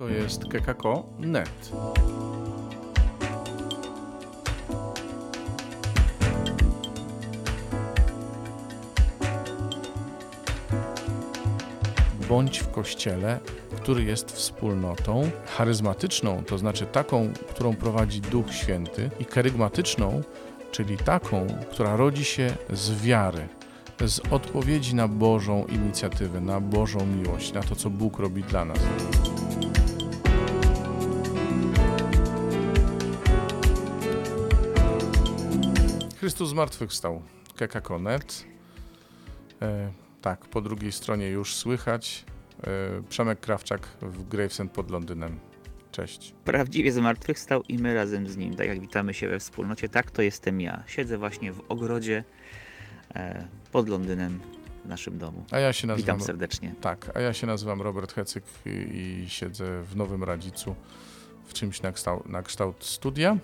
To jest kekako.net. Bądź w Kościele, który jest wspólnotą charyzmatyczną, to znaczy taką, którą prowadzi Duch Święty, i kerygmatyczną, czyli taką, która rodzi się z wiary, z odpowiedzi na Bożą inicjatywę, na Bożą miłość, na to, co Bóg robi dla nas. Chrystus zmartwychwstał. kekako.net. Tak, po drugiej stronie już słychać. Przemek Krawczak w Gravesend pod Londynem. Cześć. Prawdziwie zmartwychwstał i my razem z nim. Tak jak witamy się we wspólnocie, tak to jestem ja. Siedzę właśnie w ogrodzie pod Londynem w naszym domu. A ja się nazywam, witam serdecznie. Tak, a ja się nazywam Robert Hecyk i siedzę w Nowym Radzicu w czymś na kształt studia.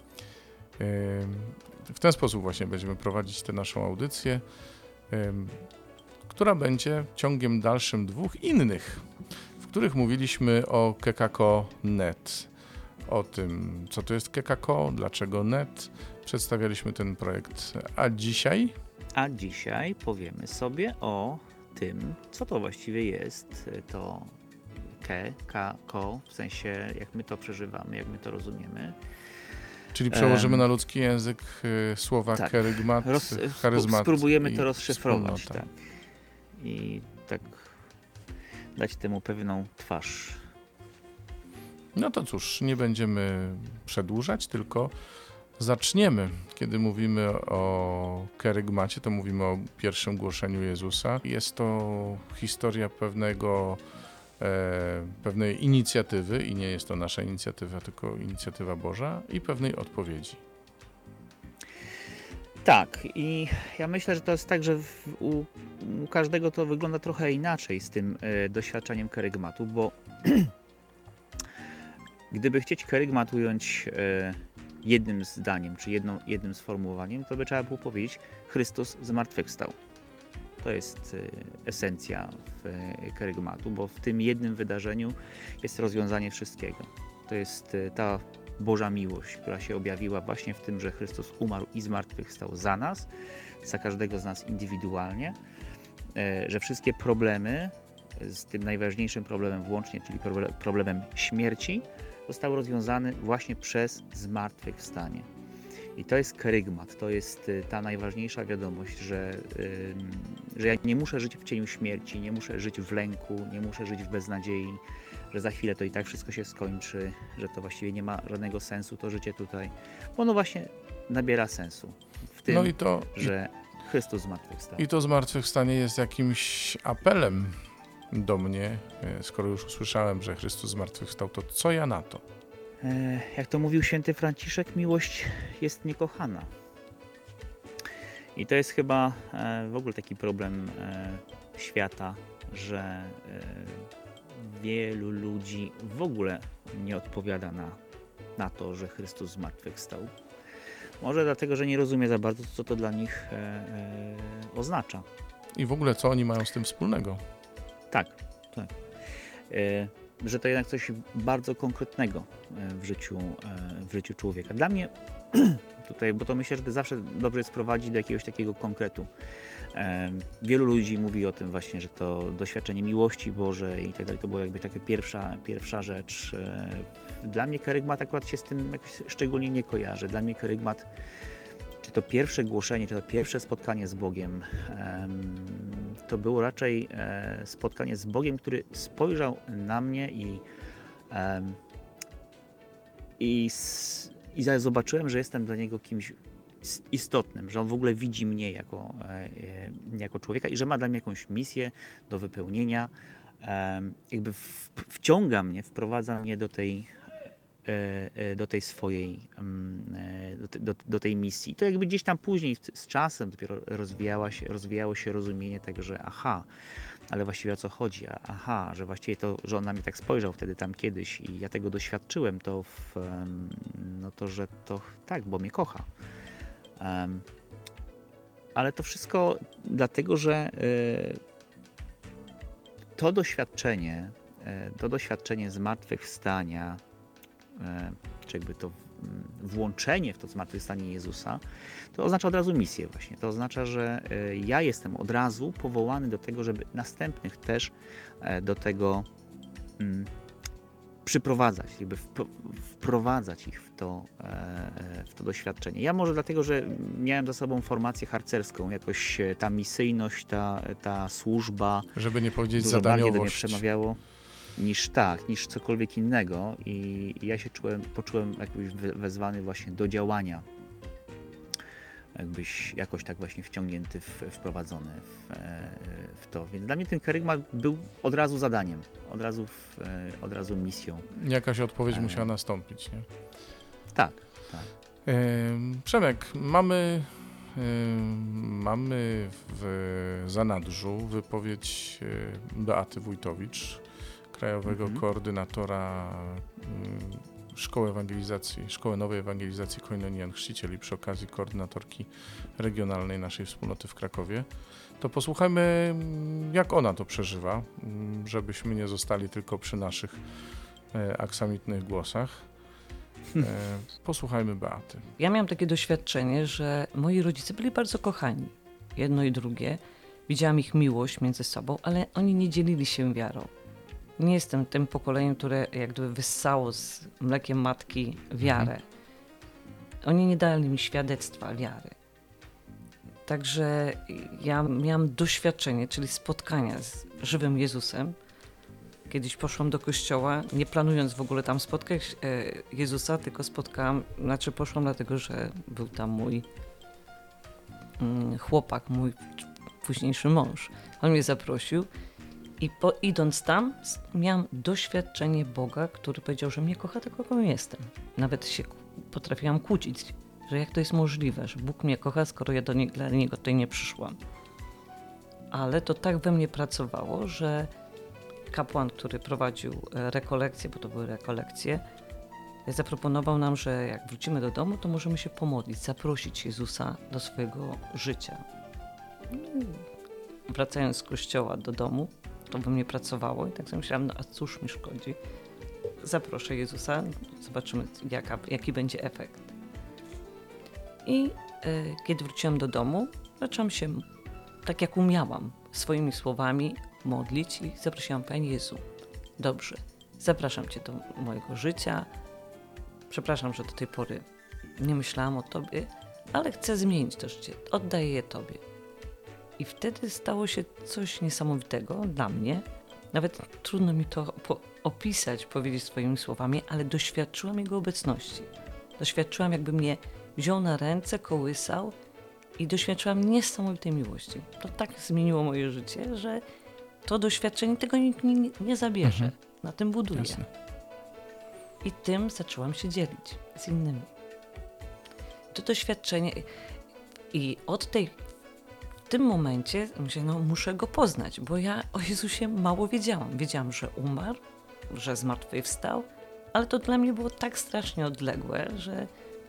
W ten sposób właśnie będziemy prowadzić tę naszą audycję, która będzie ciągiem dalszym dwóch innych, w których mówiliśmy o kekako.net, o tym, co to jest kekako, dlaczego net. Przedstawialiśmy ten projekt. A dzisiaj powiemy sobie o tym, co to właściwie jest to kekako, w sensie jak my to przeżywamy, jak my to rozumiemy. Czyli przełożymy na ludzki język słowa tak. kerygmat, charyzmat. Spróbujemy to rozszyfrować. Wspólnota. Tak. I tak dać temu pewną twarz. No to cóż, nie będziemy przedłużać, tylko zaczniemy. Kiedy mówimy o kerygmacie, to mówimy o pierwszym głoszeniu Jezusa. Jest to historia pewnej inicjatywy i nie jest to nasza inicjatywa, tylko inicjatywa Boża i pewnej odpowiedzi. Tak, i ja myślę, że to jest tak, że u każdego to wygląda trochę inaczej z tym doświadczeniem kerygmatu, bo gdyby chcieć kerygmat ująć jednym zdaniem, czy jednym sformułowaniem, to by trzeba było powiedzieć: Chrystus zmartwychwstał. To jest esencja kerygmatu, bo w tym jednym wydarzeniu jest rozwiązanie wszystkiego. To jest ta Boża miłość, która się objawiła właśnie w tym, że Chrystus umarł i zmartwychwstał za nas, za każdego z nas indywidualnie, że wszystkie problemy, z tym najważniejszym problemem włącznie, czyli problemem śmierci, zostały rozwiązane właśnie przez zmartwychwstanie. I to jest kerygmat, to jest ta najważniejsza wiadomość, że ja nie muszę żyć w cieniu śmierci, nie muszę żyć w lęku, nie muszę żyć w beznadziei, że za chwilę to i tak wszystko się skończy, że to właściwie nie ma żadnego sensu to życie tutaj, bo ono właśnie nabiera sensu w tym, że Chrystus zmartwychwstał. I to zmartwychwstanie jest jakimś apelem do mnie, skoro już usłyszałem, że Chrystus zmartwychwstał, to co ja na to? Jak to mówił święty Franciszek, miłość jest niekochana. I to jest chyba w ogóle taki problem świata, że wielu ludzi w ogóle nie odpowiada na to, że Chrystus zmartwychwstał. Może dlatego, że nie rozumie za bardzo, co to dla nich oznacza. I w ogóle, co oni mają z tym wspólnego? Tak. Że to jednak coś bardzo konkretnego w życiu człowieka. Dla mnie tutaj, bo to myślę, że to zawsze dobrze jest prowadzić do jakiegoś takiego konkretu. Wielu ludzi mówi o tym właśnie, że to doświadczenie miłości Bożej i tak dalej, to była jakby taka pierwsza rzecz. Dla mnie kerygmat akurat się z tym jakoś szczególnie nie kojarzy. Dla mnie kerygmat, czy to pierwsze głoszenie, czy to pierwsze spotkanie z Bogiem, to było raczej spotkanie z Bogiem, który spojrzał na mnie i zobaczyłem, że jestem dla Niego kimś istotnym, że On w ogóle widzi mnie jako człowieka i że ma dla mnie jakąś misję do wypełnienia. Jakby wciąga mnie, wprowadza mnie do tej swojej, do tej misji. To jakby gdzieś tam później z czasem dopiero rozwijało się rozumienie tego, że ale właściwie o co chodzi? Że właściwie to, że on na mnie tak spojrzał wtedy tam kiedyś i ja tego doświadczyłem, że to tak, bo mnie kocha. Ale to wszystko dlatego, że to doświadczenie to doświadczenie zmartwychwstania, czy jakby to włączenie w to zmartwychwstanie Jezusa, to oznacza od razu misję właśnie. To oznacza, że ja jestem od razu powołany do tego, żeby następnych też do tego przyprowadzać, jakby wprowadzać ich w to doświadczenie. Ja może dlatego, że miałem za sobą formację harcerską, jakoś ta misyjność, ta służba, żeby nie powiedzieć dużo bardziej do mnie zadaniowość. przemawiało niż cokolwiek innego i ja się poczułem jakbyś wezwany właśnie do działania, jakbyś jakoś tak właśnie wciągnięty, wprowadzony w to. Więc dla mnie ten kerygmat był od razu zadaniem, od razu misją. Jakaś odpowiedź musiała nastąpić, nie? Tak. Przemek, mamy w zanadrzu wypowiedź Beaty Wójtowicz, krajowego koordynatora Szkoły Nowej Ewangelizacji Koinonian Chrzcicieli, przy okazji koordynatorki regionalnej naszej wspólnoty w Krakowie. To posłuchajmy, jak ona to przeżywa, żebyśmy nie zostali tylko przy naszych aksamitnych głosach. Posłuchajmy Beaty. Ja miałam takie doświadczenie, że moi rodzice byli bardzo kochani, jedno i drugie. Widziałam ich miłość między sobą, ale oni nie dzielili się wiarą. Nie jestem tym pokoleniem, które jak gdyby wyssało z mlekiem matki wiarę. Oni nie dali mi świadectwa wiary. Także ja miałam doświadczenie, czyli spotkania z żywym Jezusem. Kiedyś poszłam do kościoła, nie planując w ogóle tam spotkać Jezusa, tylko poszłam dlatego, że był tam mój chłopak, mój późniejszy mąż. On mnie zaprosił i idąc tam miałam doświadczenie Boga, który powiedział, że mnie kocha tak, jaką jestem. Nawet się potrafiłam kłócić, że jak to jest możliwe, że Bóg mnie kocha, skoro ja dla Niego tutaj nie przyszłam. Ale to tak we mnie pracowało, że kapłan, który prowadził rekolekcje, bo to były rekolekcje, zaproponował nam, że jak wrócimy do domu, to możemy się pomodlić, zaprosić Jezusa do swojego życia. Wracając z kościoła do domu, to we mnie pracowało i tak sobie myślałam, no a cóż mi szkodzi? Zaproszę Jezusa, zobaczymy jaki będzie efekt. I kiedy wróciłam do domu, zaczęłam się, tak jak umiałam, swoimi słowami modlić i zaprosiłam: Panie Jezu, dobrze, zapraszam Cię do mojego życia. Przepraszam, że do tej pory nie myślałam o Tobie, ale chcę zmienić to życie. Oddaję je Tobie. I wtedy stało się coś niesamowitego dla mnie. Nawet trudno mi to opisać, powiedzieć swoimi słowami, ale doświadczyłam Jego obecności. Doświadczyłam, jakby mnie wziął na ręce, kołysał i doświadczyłam niesamowitej miłości. To tak zmieniło moje życie, że to doświadczenie tego nikt nie zabierze. Na tym buduję. Jasne. I tym zaczęłam się dzielić z innymi. To doświadczenie i w tym momencie myślę, muszę Go poznać, bo ja o Jezusie mało wiedziałam. Wiedziałam, że umarł, że zmartwychwstał, ale to dla mnie było tak strasznie odległe, że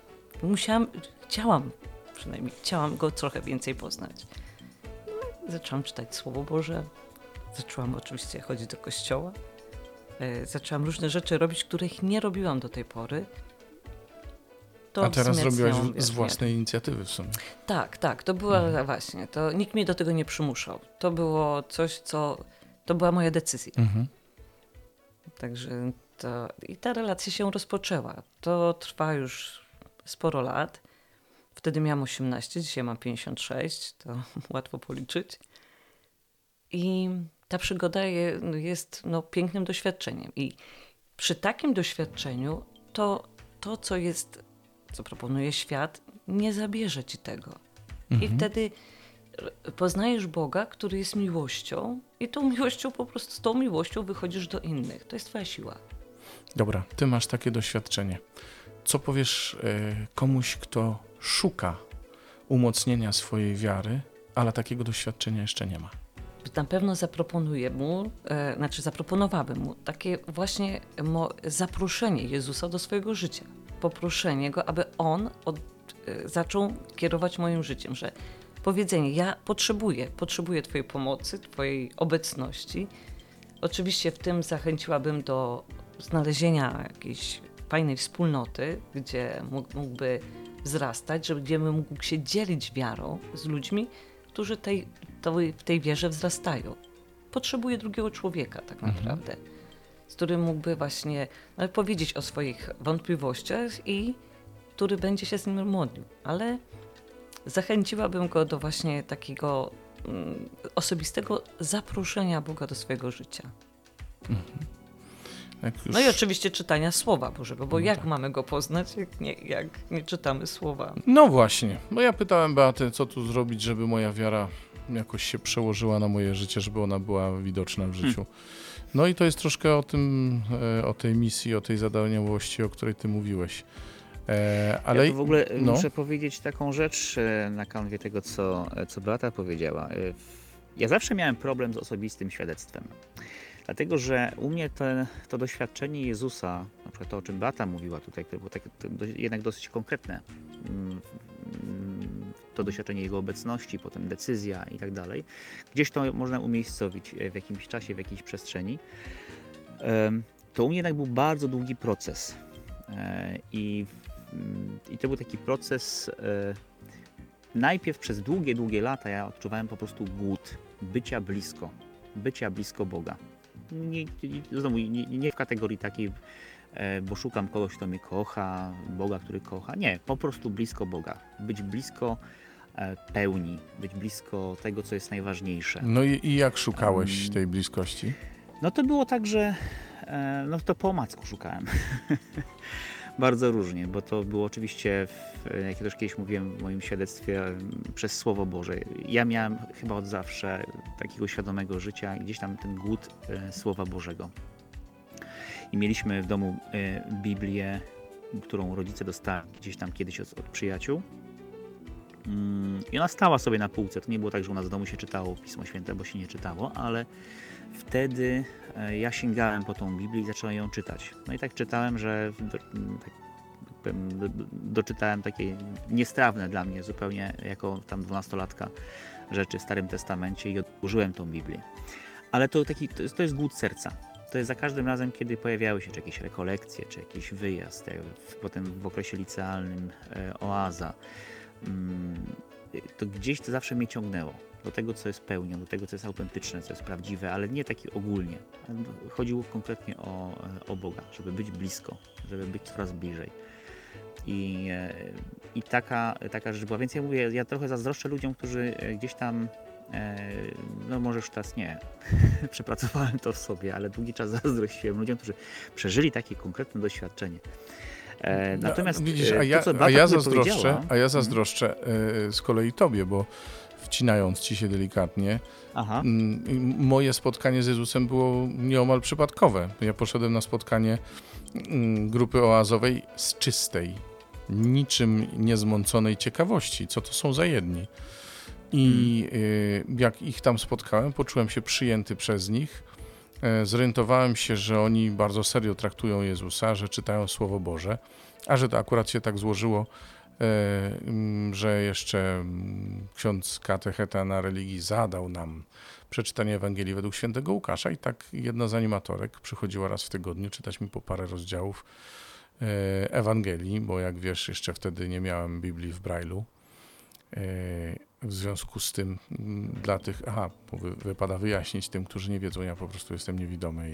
chciałam Go trochę więcej poznać. Zaczęłam czytać Słowo Boże, zaczęłam oczywiście chodzić do kościoła, zaczęłam różne rzeczy robić, których nie robiłam do tej pory. A teraz zrobiłaś z własnej inicjatywy w sumie. Tak, to była właśnie, to nikt mnie do tego nie przymuszał. To było coś, to była moja decyzja. Także i ta relacja się rozpoczęła. To trwa już sporo lat. Wtedy miałam 18, dzisiaj mam 56, to łatwo policzyć. I ta przygoda jest pięknym doświadczeniem. I przy takim doświadczeniu to co proponuje świat, nie zabierze ci tego. I wtedy poznajesz Boga, który jest miłością i z tą miłością wychodzisz do innych. To jest twoja siła. Dobra, ty masz takie doświadczenie. Co powiesz komuś, kto szuka umocnienia swojej wiary, ale takiego doświadczenia jeszcze nie ma? Na pewno zaproponowałabym mu takie właśnie zaproszenie Jezusa do swojego życia. Poproszenie Go, aby On zaczął kierować moim życiem, że powiedzenie: ja potrzebuję Twojej pomocy, Twojej obecności, Oczywiście w tym zachęciłabym do znalezienia jakiejś fajnej wspólnoty, gdzie mógłby wzrastać, gdzie mógł się dzielić wiarą z ludźmi, którzy w tej wierze wzrastają. Potrzebuje drugiego człowieka tak naprawdę, z którym mógłby właśnie powiedzieć o swoich wątpliwościach i który będzie się z nim modlił. Ale zachęciłabym go do właśnie takiego osobistego zaproszenia Boga do swojego życia. No i oczywiście czytania Słowa Bożego, bo jak mamy Go poznać, jak nie czytamy Słowa? No właśnie, bo ja pytałem Beatę, co tu zrobić, żeby moja wiara jakoś się przełożyła na moje życie, żeby ona była widoczna w życiu. No i to jest troszkę o tym, o tej misji, o tej zadaniowości, o której ty mówiłeś. Ale ja tu w ogóle muszę powiedzieć taką rzecz na kanwie tego, co Beata powiedziała. Ja zawsze miałem problem z osobistym świadectwem. Dlatego, że u mnie to doświadczenie Jezusa, na przykład to, o czym Beata mówiła tutaj, które było jednak dosyć konkretne, to doświadczenie Jego obecności, potem decyzja i tak dalej, gdzieś to można umiejscowić w jakimś czasie, w jakiejś przestrzeni, to u mnie jednak był bardzo długi proces. I to był taki proces, najpierw przez długie lata ja odczuwałem po prostu głód bycia blisko Boga. Znowu nie w kategorii takiej, bo szukam kogoś, kto mnie kocha, Boga, który kocha. Nie, po prostu blisko Boga. Być blisko pełni, być blisko tego, co jest najważniejsze. No i jak szukałeś tej bliskości? No to było tak, że to po omacku szukałem. Bardzo różnie, bo to było oczywiście, jak ja też kiedyś mówiłem w moim świadectwie, przez Słowo Boże. Ja miałem chyba od zawsze takiego świadomego życia, gdzieś tam ten głód Słowa Bożego. I mieliśmy w domu Biblię, którą rodzice dostali gdzieś tam kiedyś od przyjaciół. I ona stała sobie na półce. To nie było tak, że u nas w domu się czytało Pismo Święte, bo się nie czytało, ale wtedy ja sięgałem po tą Biblię i zacząłem ją czytać. No i tak czytałem, że doczytałem takie niestrawne dla mnie zupełnie jako tam 12-latka rzeczy w Starym Testamencie i odłożyłem tą Biblię. Ale to jest głód serca. To jest za każdym razem, kiedy pojawiały się czy jakieś rekolekcje, czy jakiś wyjazd, potem w okresie licealnym oaza, to gdzieś to zawsze mnie ciągnęło do tego, co jest pełnią, do tego, co jest autentyczne, co jest prawdziwe, ale nie taki ogólnie. Chodziło konkretnie o Boga, żeby być blisko, żeby być coraz bliżej. I taka rzecz była. Więc ja mówię, ja trochę zazdroszczę ludziom, którzy gdzieś tam, no może już teraz nie, przepracowałem to w sobie, ale długi czas zazdrościłem ludziom, którzy przeżyli takie konkretne doświadczenie. Natomiast widzisz, ja zazdroszczę z kolei tobie, bo wcinając ci się delikatnie, moje spotkanie z Jezusem było nieomal przypadkowe. Ja poszedłem na spotkanie grupy oazowej z czystej, niczym niezmąconej ciekawości, co to są za jedni. I jak ich tam spotkałem, poczułem się przyjęty przez nich. Zorientowałem się, że oni bardzo serio traktują Jezusa, że czytają Słowo Boże, a że to akurat się tak złożyło, że jeszcze ksiądz katecheta na religii zadał nam przeczytanie Ewangelii według świętego Łukasza i tak jedna z animatorek przychodziła raz w tygodniu czytać mi po parę rozdziałów Ewangelii, bo jak wiesz, jeszcze wtedy nie miałem Biblii w Brailu. W związku z tym dla tych, wypada wyjaśnić tym, którzy nie wiedzą, ja po prostu jestem niewidomy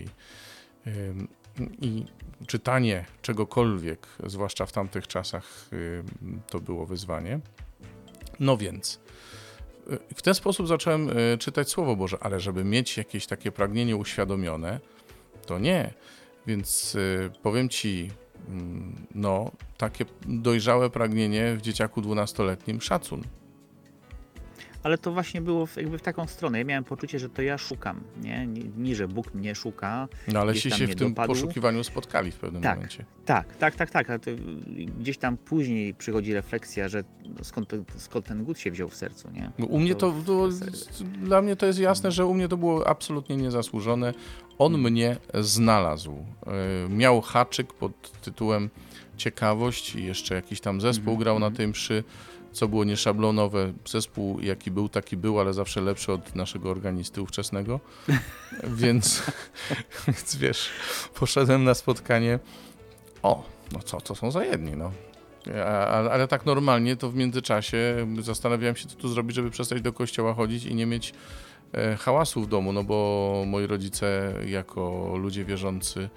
i czytanie czegokolwiek, zwłaszcza w tamtych czasach, to było wyzwanie. No więc w ten sposób zacząłem czytać Słowo Boże, ale żeby mieć jakieś takie pragnienie uświadomione, to nie. Więc powiem ci, takie dojrzałe pragnienie w dzieciaku 12-letnim, szacun. Ale to właśnie było jakby w taką stronę. Ja miałem poczucie, że to ja szukam, nie że Bóg mnie szuka. No ale się w tym poszukiwaniu spotkali w pewnym momencie. Tak. Ale to gdzieś tam później przychodzi refleksja, że skąd ten głód się wziął w sercu, nie? U mnie dla mnie to jest jasne, że u mnie to było absolutnie niezasłużone. On mnie znalazł. Miał haczyk pod tytułem ciekawość i jeszcze jakiś tam zespół grał na tej mszy, co było nieszablonowe. Zespół jaki był, taki był, ale zawsze lepszy od naszego organisty ówczesnego. Więc wiesz, poszedłem na spotkanie. No co to są za jedni, no. Ale tak normalnie to w międzyczasie zastanawiałem się, co tu zrobić, żeby przestać do kościoła chodzić i nie mieć hałasu w domu, no bo moi rodzice jako ludzie wierzący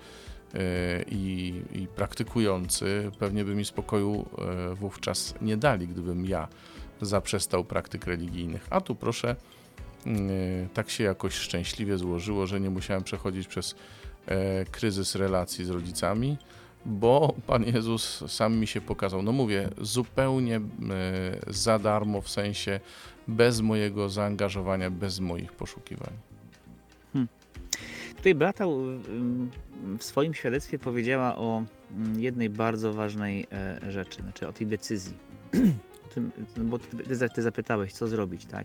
i praktykujący pewnie by mi spokoju wówczas nie dali, gdybym ja zaprzestał praktyk religijnych. A tu proszę, tak się jakoś szczęśliwie złożyło, że nie musiałem przechodzić przez kryzys relacji z rodzicami, bo Pan Jezus sam mi się pokazał. No mówię, zupełnie za darmo, w sensie bez mojego zaangażowania, bez moich poszukiwań. Tutaj Beata w swoim świadectwie powiedziała o jednej bardzo ważnej rzeczy, znaczy o tej decyzji. Bo ty zapytałeś, co zrobić, tak?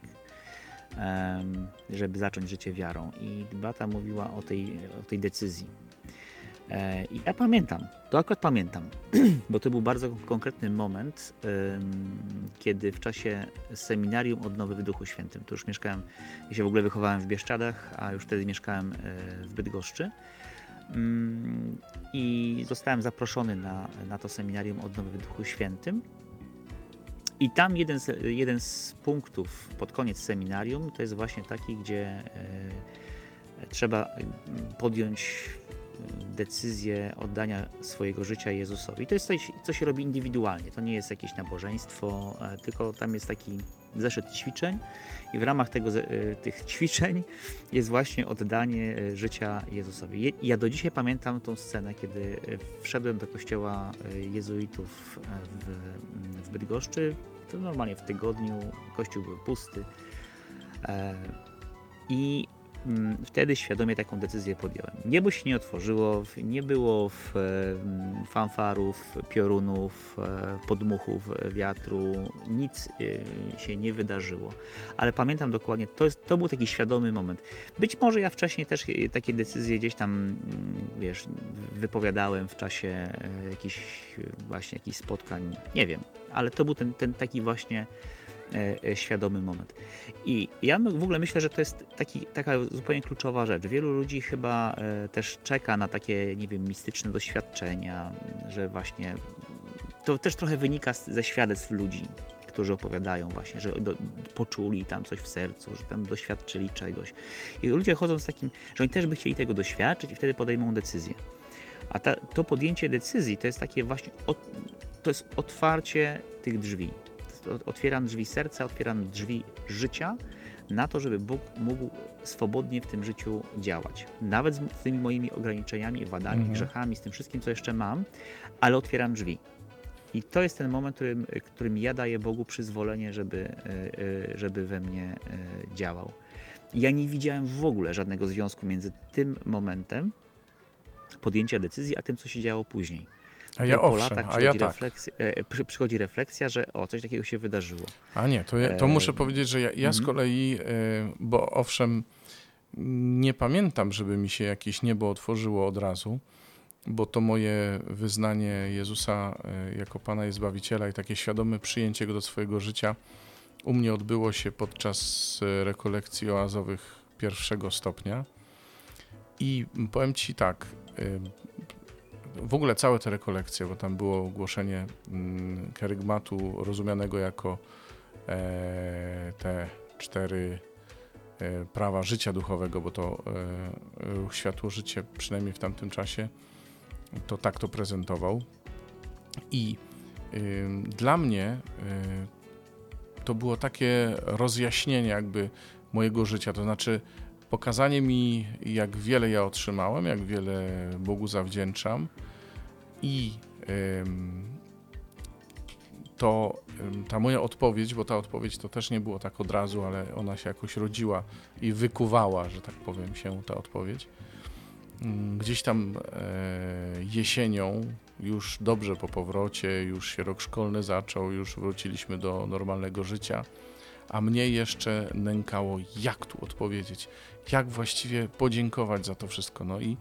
Żeby zacząć życie wiarą. I Beata mówiła o tej decyzji. I ja pamiętam, to akurat pamiętam, bo to był bardzo konkretny moment, kiedy w czasie seminarium odnowy w Duchu Świętym, to już mieszkałem, ja się w ogóle wychowałem w Bieszczadach, a już wtedy mieszkałem w Bydgoszczy i zostałem zaproszony na to seminarium odnowy w Duchu Świętym. I tam jeden z punktów pod koniec seminarium to jest właśnie taki, gdzie trzeba podjąć decyzję oddania swojego życia Jezusowi. To jest coś, co się robi indywidualnie. To nie jest jakieś nabożeństwo, tylko tam jest taki zeszyt ćwiczeń i w ramach tych ćwiczeń jest właśnie oddanie życia Jezusowi. Ja do dzisiaj pamiętam tą scenę, kiedy wszedłem do kościoła jezuitów w Bydgoszczy. To normalnie w tygodniu, kościół był pusty i wtedy świadomie taką decyzję podjąłem. Niebo się nie otworzyło, nie było fanfarów, piorunów, podmuchów wiatru, nic się nie wydarzyło. Ale pamiętam dokładnie, to był taki świadomy moment. Być może ja wcześniej też takie decyzje gdzieś tam, wiesz, wypowiadałem w czasie jakichś spotkań, nie wiem, ale to był ten taki właśnie świadomy moment. I ja w ogóle myślę, że to jest taka zupełnie kluczowa rzecz. Wielu ludzi chyba też czeka na takie, nie wiem, mistyczne doświadczenia, że właśnie to też trochę wynika ze świadectw ludzi, którzy opowiadają właśnie, że poczuli tam coś w sercu, że tam doświadczyli czegoś. I ludzie chodzą z takim, że oni też by chcieli tego doświadczyć i wtedy podejmą decyzję. A to podjęcie decyzji to jest takie właśnie, to jest otwarcie tych drzwi. Otwieram drzwi serca, otwieram drzwi życia na to, żeby Bóg mógł swobodnie w tym życiu działać. Nawet z tymi moimi ograniczeniami, wadami, grzechami, z tym wszystkim, co jeszcze mam, ale otwieram drzwi. I to jest ten moment, którym ja daję Bogu przyzwolenie, żeby we mnie działał. Ja nie widziałem w ogóle żadnego związku między tym momentem podjęcia decyzji, a tym, co się działo później. A ja po latach przychodzi refleksja, że coś takiego się wydarzyło. A nie, to muszę powiedzieć, że ja z kolei, bo owszem, nie pamiętam, żeby mi się jakieś niebo otworzyło od razu, bo to moje wyznanie Jezusa jako Pana i Zbawiciela i takie świadome przyjęcie Go do swojego życia u mnie odbyło się podczas rekolekcji oazowych 1. stopnia. I powiem Ci tak, w ogóle całe te rekolekcje, bo tam było głoszenie kerygmatu rozumianego jako te 4 prawa życia duchowego, bo to Ruch Światło Życie, przynajmniej w tamtym czasie, to tak to prezentował. I dla mnie to było takie rozjaśnienie jakby mojego życia, to znaczy pokazanie mi, jak wiele ja otrzymałem, jak wiele Bogu zawdzięczam i ta moja odpowiedź, bo ta odpowiedź to też nie było tak od razu, ale ona się jakoś rodziła i wykuwała, że tak powiem, się ta odpowiedź. Gdzieś tam jesienią, już dobrze po powrocie, już się rok szkolny zaczął, już wróciliśmy do normalnego życia, a mnie jeszcze nękało, jak tu odpowiedzieć, jak właściwie podziękować za to wszystko. No i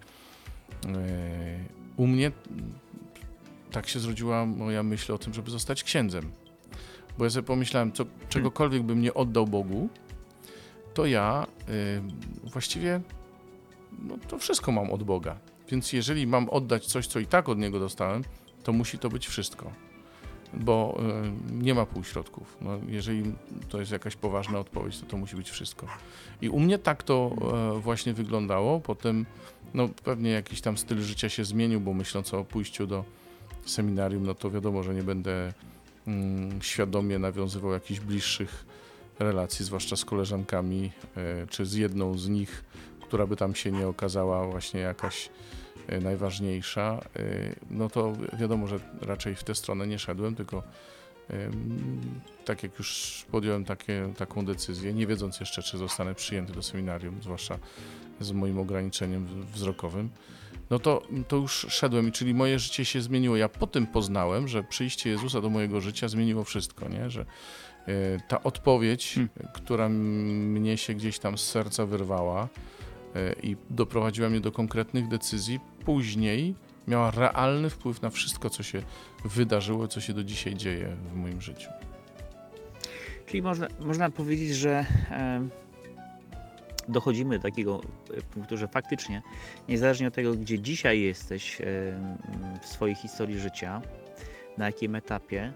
u mnie tak się zrodziła moja myśl o tym, żeby zostać księdzem, Bo ja sobie pomyślałem, czegokolwiek bym nie oddał Bogu, to ja właściwie to wszystko mam od Boga. Więc jeżeli mam oddać coś, co i tak od Niego dostałem, to musi to być wszystko. Bo nie ma półśrodków. Jeżeli to jest jakaś poważna odpowiedź, to musi być wszystko. I u mnie tak to właśnie wyglądało. Potem pewnie jakiś tam styl życia się zmienił, bo myśląc o pójściu do seminarium, to wiadomo, że nie będę świadomie nawiązywał jakichś bliższych relacji, zwłaszcza z koleżankami, czy z jedną z nich, która by tam się nie okazała właśnie jakaś najważniejsza, to wiadomo, że raczej w tę stronę nie szedłem, tylko tak jak już podjąłem taką decyzję, nie wiedząc jeszcze, czy zostanę przyjęty do seminarium, zwłaszcza z moim ograniczeniem wzrokowym, to już szedłem, czyli moje życie się zmieniło. Ja po tym poznałem, że przyjście Jezusa do mojego życia zmieniło wszystko, nie? Że ta odpowiedź, która mnie się gdzieś tam z serca wyrwała i doprowadziła mnie do konkretnych decyzji, później miała realny wpływ na wszystko, co się wydarzyło, co się do dzisiaj dzieje w moim życiu. Czyli można powiedzieć, że dochodzimy do takiego punktu, że faktycznie, niezależnie od tego, gdzie dzisiaj jesteś w swojej historii życia, na jakim etapie,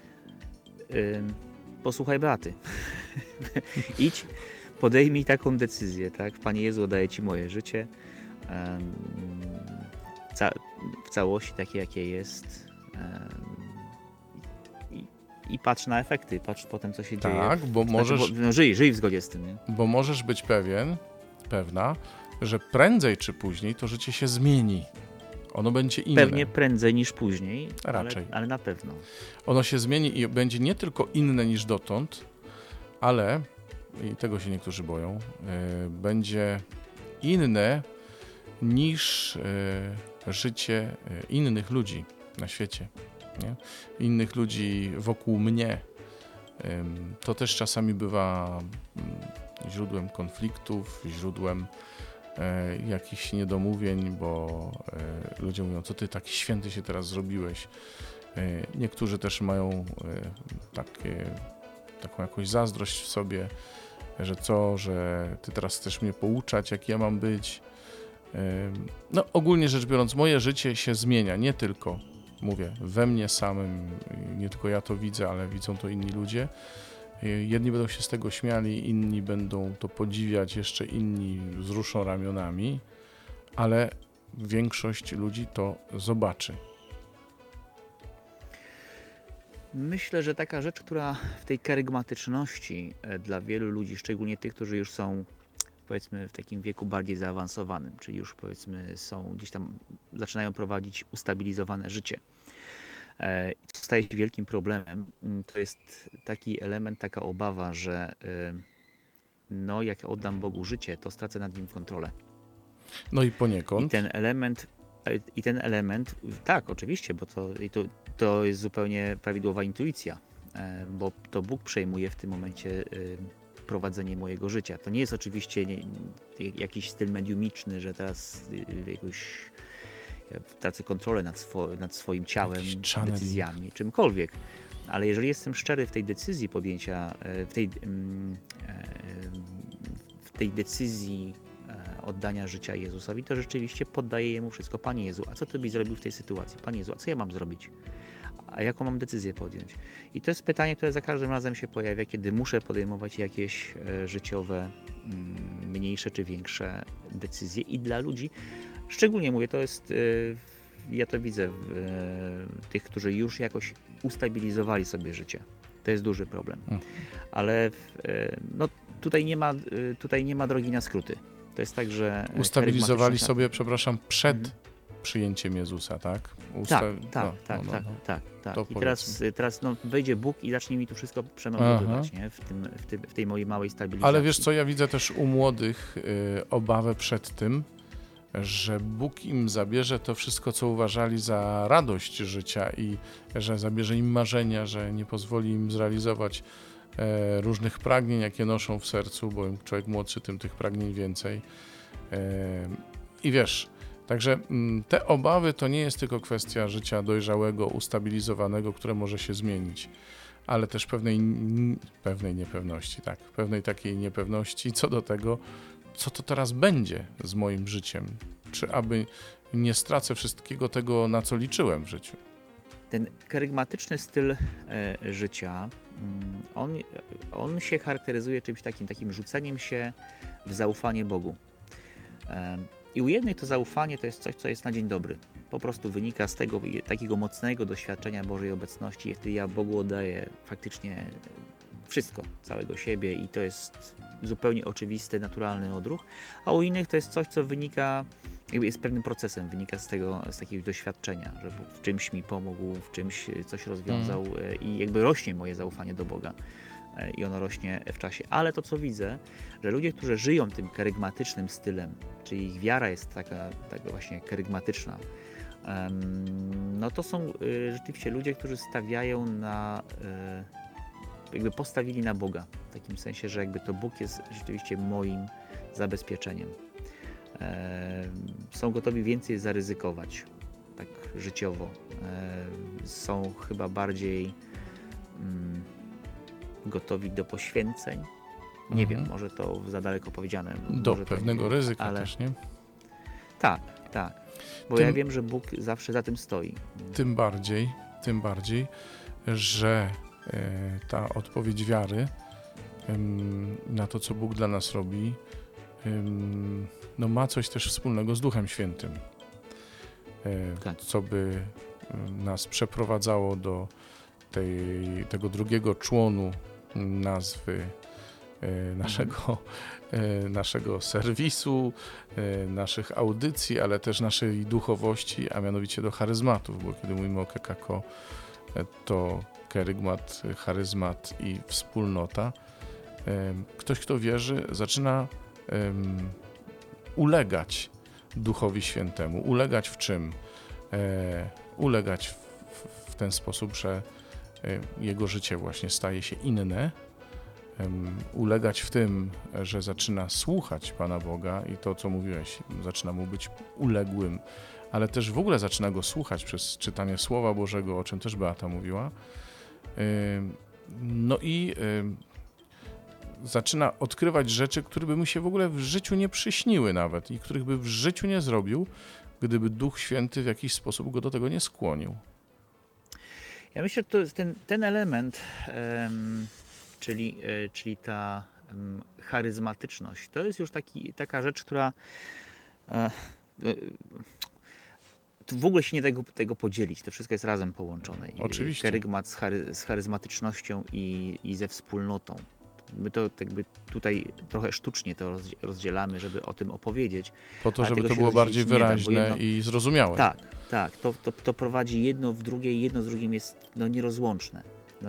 posłuchaj Beaty. Idź, podejmij taką decyzję, tak? Panie Jezu, daję Ci moje życie w całości takie, jakie jest, i patrz na efekty, patrz potem, co się dzieje. Tak, bo możesz... Żyj w zgodzie z tym, nie? Bo możesz być pewna, że prędzej czy później to życie się zmieni. Ono będzie inne. Pewnie prędzej niż później, raczej. Ale na pewno. Ono się zmieni i będzie nie tylko inne niż dotąd, ale, i tego się niektórzy boją, będzie inne niż życie innych ludzi na świecie, nie? Innych ludzi wokół mnie. To też czasami bywa źródłem konfliktów, źródłem jakichś niedomówień, bo ludzie mówią, co ty taki święty się teraz zrobiłeś. Niektórzy też mają taką jakąś zazdrość w sobie, że ty teraz chcesz mnie pouczać, jak ja mam być. Ogólnie rzecz biorąc, moje życie się zmienia, nie tylko, mówię, we mnie samym, nie tylko ja to widzę, ale widzą to inni ludzie. Jedni będą się z tego śmiali, inni będą to podziwiać, jeszcze inni wzruszą ramionami, ale większość ludzi to zobaczy. Myślę, że taka rzecz, która w tej karygmatyczności dla wielu ludzi, szczególnie tych, którzy już są, powiedzmy, w takim wieku bardziej zaawansowanym, czyli już, powiedzmy, są gdzieś tam, zaczynają prowadzić ustabilizowane życie. To staje się wielkim problemem. To jest taki element, taka obawa, że jak oddam Bogu życie, to stracę nad nim kontrolę. No i poniekąd. I ten element, tak, oczywiście, bo to jest zupełnie prawidłowa intuicja, bo to Bóg przejmuje w tym momencie prowadzenie mojego życia. To nie jest oczywiście jakiś styl mediumiczny, że teraz jakoś tracę kontrolę nad swoim ciałem, decyzjami, czymkolwiek. Ale jeżeli jestem szczery w tej decyzji podjęcia, w tej decyzji oddania życia Jezusowi, to rzeczywiście poddaję Jemu wszystko. Panie Jezu, a co Ty byś zrobił w tej sytuacji? Panie Jezu, a co ja mam zrobić? A jaką mam decyzję podjąć? I to jest pytanie, które za każdym razem się pojawia, kiedy muszę podejmować jakieś życiowe, mniejsze czy większe decyzje. I dla ludzi, szczególnie mówię, to jest, ja to widzę w tych, którzy już jakoś ustabilizowali sobie życie. To jest duży problem. Ale tutaj nie ma drogi na skróty. To jest tak, że... Ustabilizowali sobie, przed przyjęciem Jezusa, tak? Tak. I teraz wejdzie Bóg i zacznie mi tu wszystko przemeldowywać, nie? W tej mojej małej stabilizacji. Ale wiesz co, ja widzę też u młodych obawę przed tym, że Bóg im zabierze to wszystko, co uważali za radość życia i że zabierze im marzenia, że nie pozwoli im zrealizować różnych pragnień, jakie noszą w sercu, bo im człowiek młodszy, tym tych pragnień więcej. I wiesz, także te obawy to nie jest tylko kwestia życia dojrzałego, ustabilizowanego, które może się zmienić, ale też pewnej niepewności, tak, pewnej takiej niepewności co do tego, co to teraz będzie z moim życiem, czy aby nie stracę wszystkiego tego, na co liczyłem w życiu. Ten kerygmatyczny styl życia, on się charakteryzuje czymś takim rzuceniem się w zaufanie Bogu. I u jednej to zaufanie to jest coś, co jest na dzień dobry. Po prostu wynika z tego takiego mocnego doświadczenia Bożej obecności, wtedy ja Bogu oddaję faktycznie wszystko, całego siebie i to jest zupełnie oczywisty, naturalny odruch, a u innych to jest coś, co wynika, jakby jest pewnym procesem, wynika z takiego doświadczenia, że Bóg w czymś mi pomógł, w czymś coś rozwiązał i jakby rośnie moje zaufanie do Boga i ono rośnie w czasie. Ale to, co widzę, że ludzie, którzy żyją tym kerygmatycznym stylem, czyli ich wiara jest taka właśnie kerygmatyczna, no to są rzeczywiście ludzie, którzy stawiają jakby postawili na Boga, w takim sensie, że jakby to Bóg jest rzeczywiście moim zabezpieczeniem. Są gotowi więcej zaryzykować, tak życiowo. Są chyba bardziej gotowi do poświęceń. Nie wiem, może to za daleko powiedziane. Do pewnego ryzyka ale też, nie? Tak. Bo ja wiem, że Bóg zawsze za tym stoi. Tym bardziej, że ta odpowiedź wiary na to, co Bóg dla nas robi, no ma coś też wspólnego z Duchem Świętym, co by nas przeprowadzało do tego drugiego członu nazwy naszego serwisu, naszych audycji, ale też naszej duchowości, a mianowicie do charyzmatów, bo kiedy mówimy o KKK, to kerygmat, charyzmat i wspólnota. Ktoś, kto wierzy, zaczyna ulegać Duchowi Świętemu. Ulegać w czym? Ulegać w ten sposób, że jego życie właśnie staje się inne. Ulegać w tym, że zaczyna słuchać Pana Boga i to, co mówiłeś, zaczyna mu być uległym, ale też w ogóle zaczyna go słuchać przez czytanie Słowa Bożego, o czym też Beata mówiła. No i zaczyna odkrywać rzeczy, które by mu się w ogóle w życiu nie przyśniły nawet i których by w życiu nie zrobił, gdyby Duch Święty w jakiś sposób go do tego nie skłonił. Ja myślę, że to jest ten element, czyli ta charyzmatyczność, to jest już taka rzecz, która w ogóle się nie da tego podzielić, to wszystko jest razem połączone. Oczywiście. Kerygmat z charyzmatycznością i ze wspólnotą. My to jakby tutaj trochę sztucznie to rozdzielamy, żeby o tym opowiedzieć. Po to, żeby to było bardziej wyraźne i zrozumiałe. Tak. To prowadzi jedno w drugie i jedno z drugim jest nierozłączne.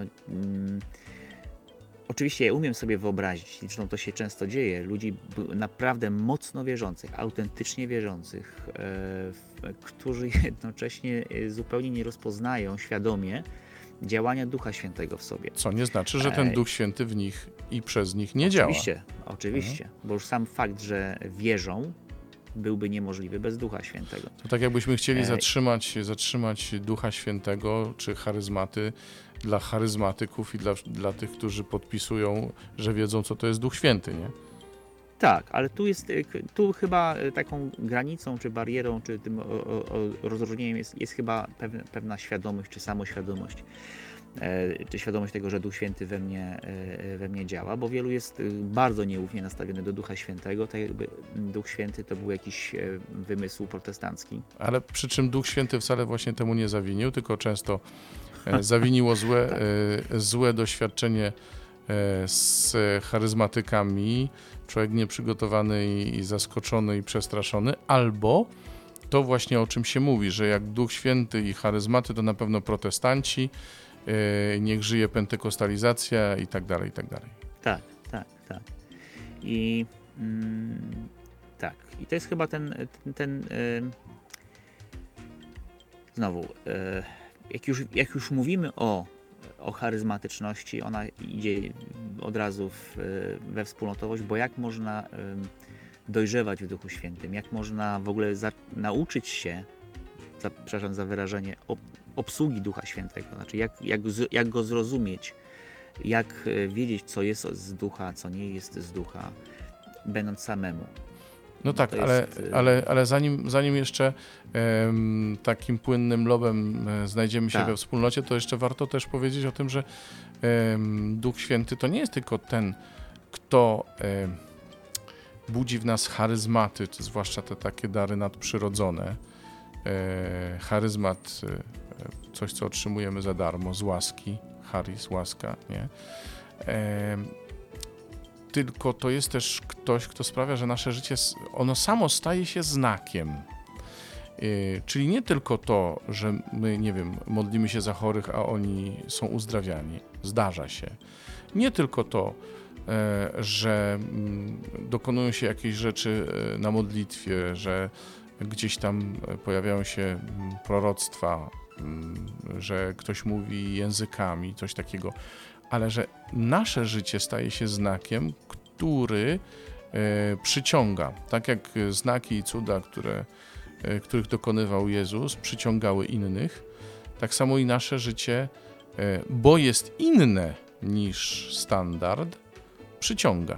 Oczywiście ja umiem sobie wyobrazić, zresztą to się często dzieje, ludzi naprawdę mocno wierzących, autentycznie wierzących, którzy jednocześnie zupełnie nie rozpoznają świadomie działania Ducha Świętego w sobie. Co nie znaczy, że ten Duch Święty w nich i przez nich nie działa. Oczywiście, bo już sam fakt, że wierzą, byłby niemożliwy bez Ducha Świętego. To tak jakbyśmy chcieli zatrzymać Ducha Świętego, czy charyzmaty dla charyzmatyków i dla tych, którzy podpisują, że wiedzą, co to jest Duch Święty, nie? Tak, ale tu chyba taką granicą, czy barierą, czy tym rozróżnieniem jest chyba pewna świadomość, czy samoświadomość, czy świadomość tego, że Duch Święty we mnie działa, bo wielu jest bardzo nieufnie nastawiony do Ducha Świętego, tak jakby Duch Święty to był jakiś wymysł protestancki. Ale przy czym Duch Święty wcale właśnie temu nie zawinił, tylko często zawiniło złe doświadczenie z charyzmatykami, człowiek nieprzygotowany i zaskoczony i przestraszony, albo to właśnie o czym się mówi, że jak Duch Święty i charyzmaty to na pewno protestanci, niech żyje pentekostalizacja i tak dalej, i tak dalej. Tak. I tak. I to jest chyba ten znowu, jak już mówimy o charyzmatyczności, ona idzie od razu we wspólnotowość, bo jak można dojrzewać w Duchu Świętym, jak można w ogóle nauczyć się przepraszam za wyrażenie, obsługi Ducha Świętego. Znaczy jak go zrozumieć, jak wiedzieć, co jest z Ducha, co nie jest z Ducha, będąc samemu. No tak, ale zanim jeszcze takim płynnym lobem znajdziemy się we wspólnocie, to jeszcze warto też powiedzieć o tym, że Duch Święty to nie jest tylko ten, kto budzi w nas charyzmaty, zwłaszcza te takie dary nadprzyrodzone. Charyzmat, coś co otrzymujemy za darmo, z łaski, charis, łaska, nie? Tylko to jest też ktoś, kto sprawia, że nasze życie, ono samo staje się znakiem. Czyli nie tylko to, że my, nie wiem, modlimy się za chorych, a oni są uzdrawiani. Zdarza się. Nie tylko to, że dokonują się jakieś rzeczy na modlitwie, że gdzieś tam pojawiają się proroctwa, że ktoś mówi językami, coś takiego, ale że nasze życie staje się znakiem, który przyciąga. Tak jak znaki i cuda, których dokonywał Jezus, przyciągały innych, tak samo i nasze życie, bo jest inne niż standard, przyciąga.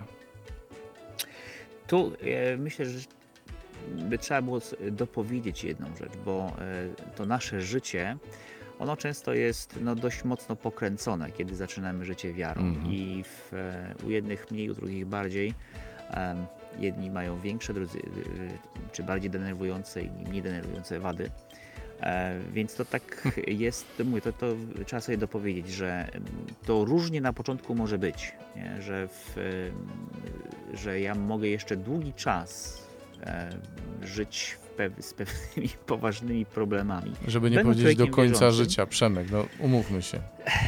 Tu myślę, że by trzeba było dopowiedzieć jedną rzecz, bo to nasze życie, ono często jest dość mocno pokręcone, kiedy zaczynamy życie wiarą i u jednych mniej, u drugich bardziej. Jedni mają większe, drudzy, czy bardziej denerwujące, inni mniej denerwujące wady. Więc to tak jest, mówię, to trzeba sobie dopowiedzieć, że to różnie na początku może być, nie? Że ja mogę jeszcze długi czas żyć z pewnymi poważnymi problemami. Żeby nie powiedzieć do końca życia, Przemek, umówmy się.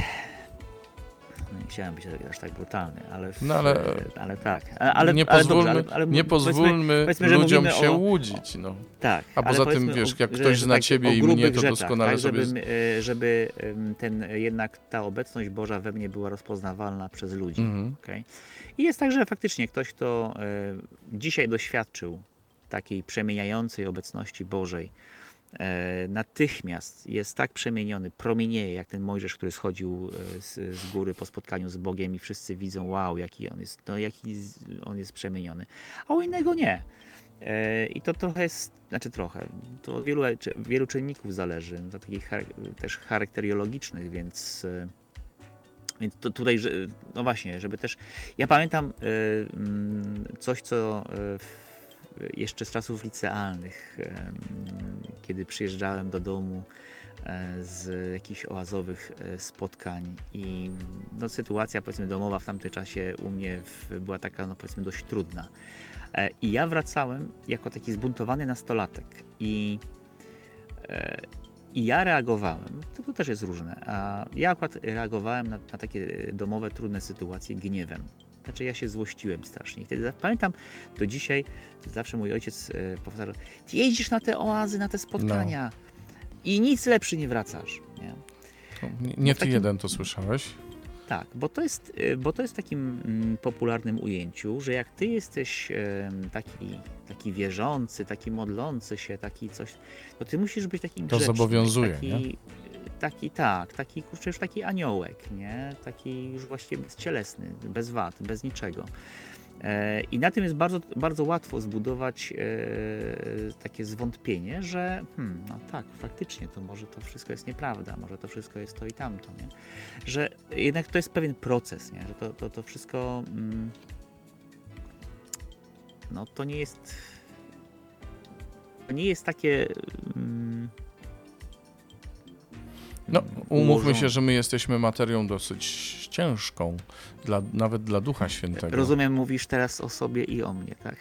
Nie chciałem być aż tak brutalny, ale tak. Nie pozwólmy ludziom się łudzić. Tak. A poza tym, wiesz, jak ktoś zna ciebie i mnie, to doskonale tak, sobie... Żeby jednak ta obecność Boża we mnie była rozpoznawalna przez ludzi. Okay? I jest tak, że faktycznie ktoś, kto dzisiaj doświadczył takiej przemieniającej obecności Bożej, natychmiast jest tak przemieniony, promienieje jak ten Mojżesz, który schodził z góry po spotkaniu z Bogiem i wszyscy widzą, wow, jaki on jest przemieniony, a u innego nie. I to trochę jest, to od wielu czynników zależy, do takich też charakteriologicznych, więc to tutaj, no właśnie, żeby też, ja pamiętam coś, co jeszcze z czasów licealnych, kiedy przyjeżdżałem do domu z jakichś oazowych spotkań i sytuacja, powiedzmy, domowa w tamtym czasie u mnie była taka, powiedzmy, dość trudna. I ja wracałem jako taki zbuntowany nastolatek i ja reagowałem, to też jest różne, a ja akurat reagowałem na takie domowe, trudne sytuacje gniewem. Znaczy ja się złościłem strasznie. Wtedy pamiętam do dzisiaj, zawsze mój ojciec powtarzał, ty jeździsz na te oazy, na te spotkania i nic lepszy nie wracasz. Nie ty jeden to słyszałeś? Tak, bo to jest w takim popularnym ujęciu, że jak ty jesteś taki wierzący, taki modlący się, taki coś, to ty musisz być taki grzeczny. To zobowiązuje, nie? Kurczę, już taki aniołek, nie? Taki już właściwie bezcielesny, bez wad, bez niczego. I na tym jest bardzo, bardzo łatwo zbudować takie zwątpienie, że no tak, faktycznie to może to wszystko jest nieprawda, może to wszystko jest to i tamto, nie? Że jednak to jest pewien proces, nie? Że to wszystko no to nie jest takie no, umówmy się, że my jesteśmy materią dosyć ciężką, nawet dla Ducha Świętego. Rozumiem, mówisz teraz o sobie i o mnie, tak?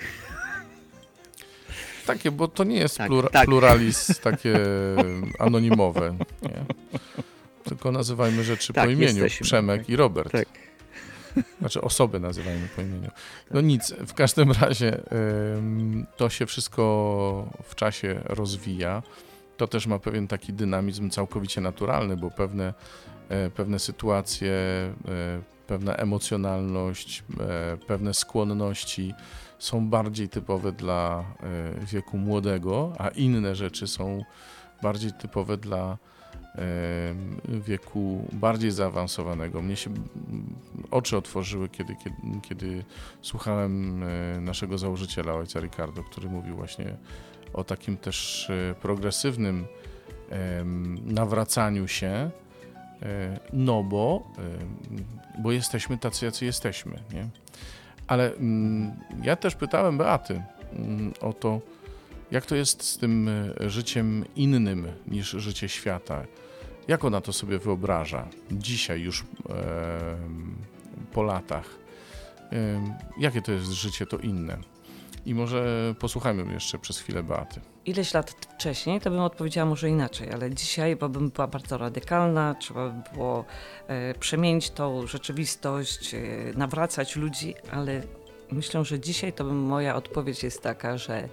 Takie, bo to nie jest pluralizm takie anonimowe, nie? Tylko nazywajmy rzeczy po imieniu. Jesteśmy. Przemek i Robert. Tak. Znaczy osoby nazywajmy po imieniu. No nic, w każdym razie to się wszystko w czasie rozwija. To też ma pewien taki dynamizm całkowicie naturalny, bo pewne sytuacje, pewna emocjonalność, pewne skłonności są bardziej typowe dla wieku młodego, a inne rzeczy są bardziej typowe dla wieku bardziej zaawansowanego. Mnie się oczy otworzyły, kiedy słuchałem naszego założyciela, ojca Ricardo, który mówił właśnie o takim też progresywnym nawracaniu się, no bo jesteśmy tacy, jacy jesteśmy, nie? Ale ja też pytałem Beaty o to, jak to jest z tym życiem innym niż życie świata. Jak ona to sobie wyobraża dzisiaj już po latach? Jakie to jest życie to inne? I może posłuchajmy jeszcze przez chwilę Beaty. Ileś lat wcześniej to bym odpowiedziała może inaczej, ale dzisiaj bym była bardzo radykalna, trzeba by było przemienić tą rzeczywistość, nawracać ludzi, ale myślę, że dzisiaj to moja odpowiedź jest taka, że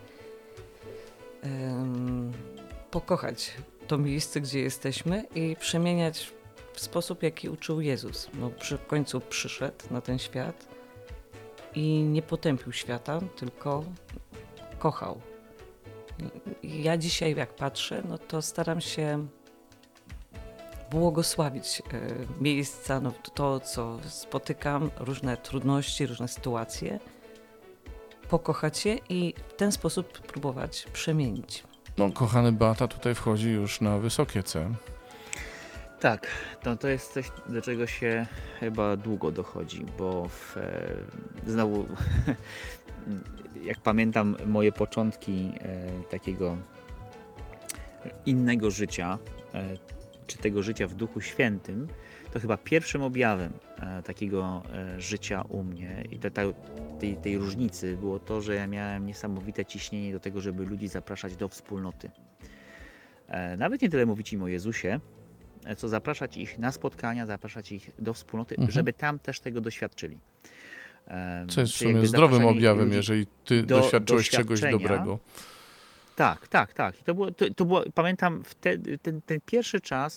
pokochać to miejsce, gdzie jesteśmy i przemieniać w sposób, jaki uczył Jezus. No, w końcu przyszedł na ten świat i nie potępił świata, tylko kochał. I ja dzisiaj jak patrzę, no to staram się błogosławić miejsca, no to co spotykam, różne trudności, różne sytuacje, pokochać je i w ten sposób próbować przemienić. No, kochany Beata tutaj wchodzi już na wysokie C. Tak, to jest coś, do czego się chyba długo dochodzi, bo znowu, jak pamiętam moje początki takiego innego życia, czy tego życia w Duchu Świętym, to chyba pierwszym objawem takiego życia u mnie i tej różnicy było to, że ja miałem niesamowite ciśnienie do tego, żeby ludzi zapraszać do wspólnoty. Nawet nie tyle mówić im o Jezusie, co zapraszać ich na spotkania, zapraszać ich do wspólnoty, żeby tam też tego doświadczyło. Co jest w sumie zdrowym objawem, jeżeli ty doświadczyłeś czegoś dobrego. Tak. I to było, pamiętam ten pierwszy czas,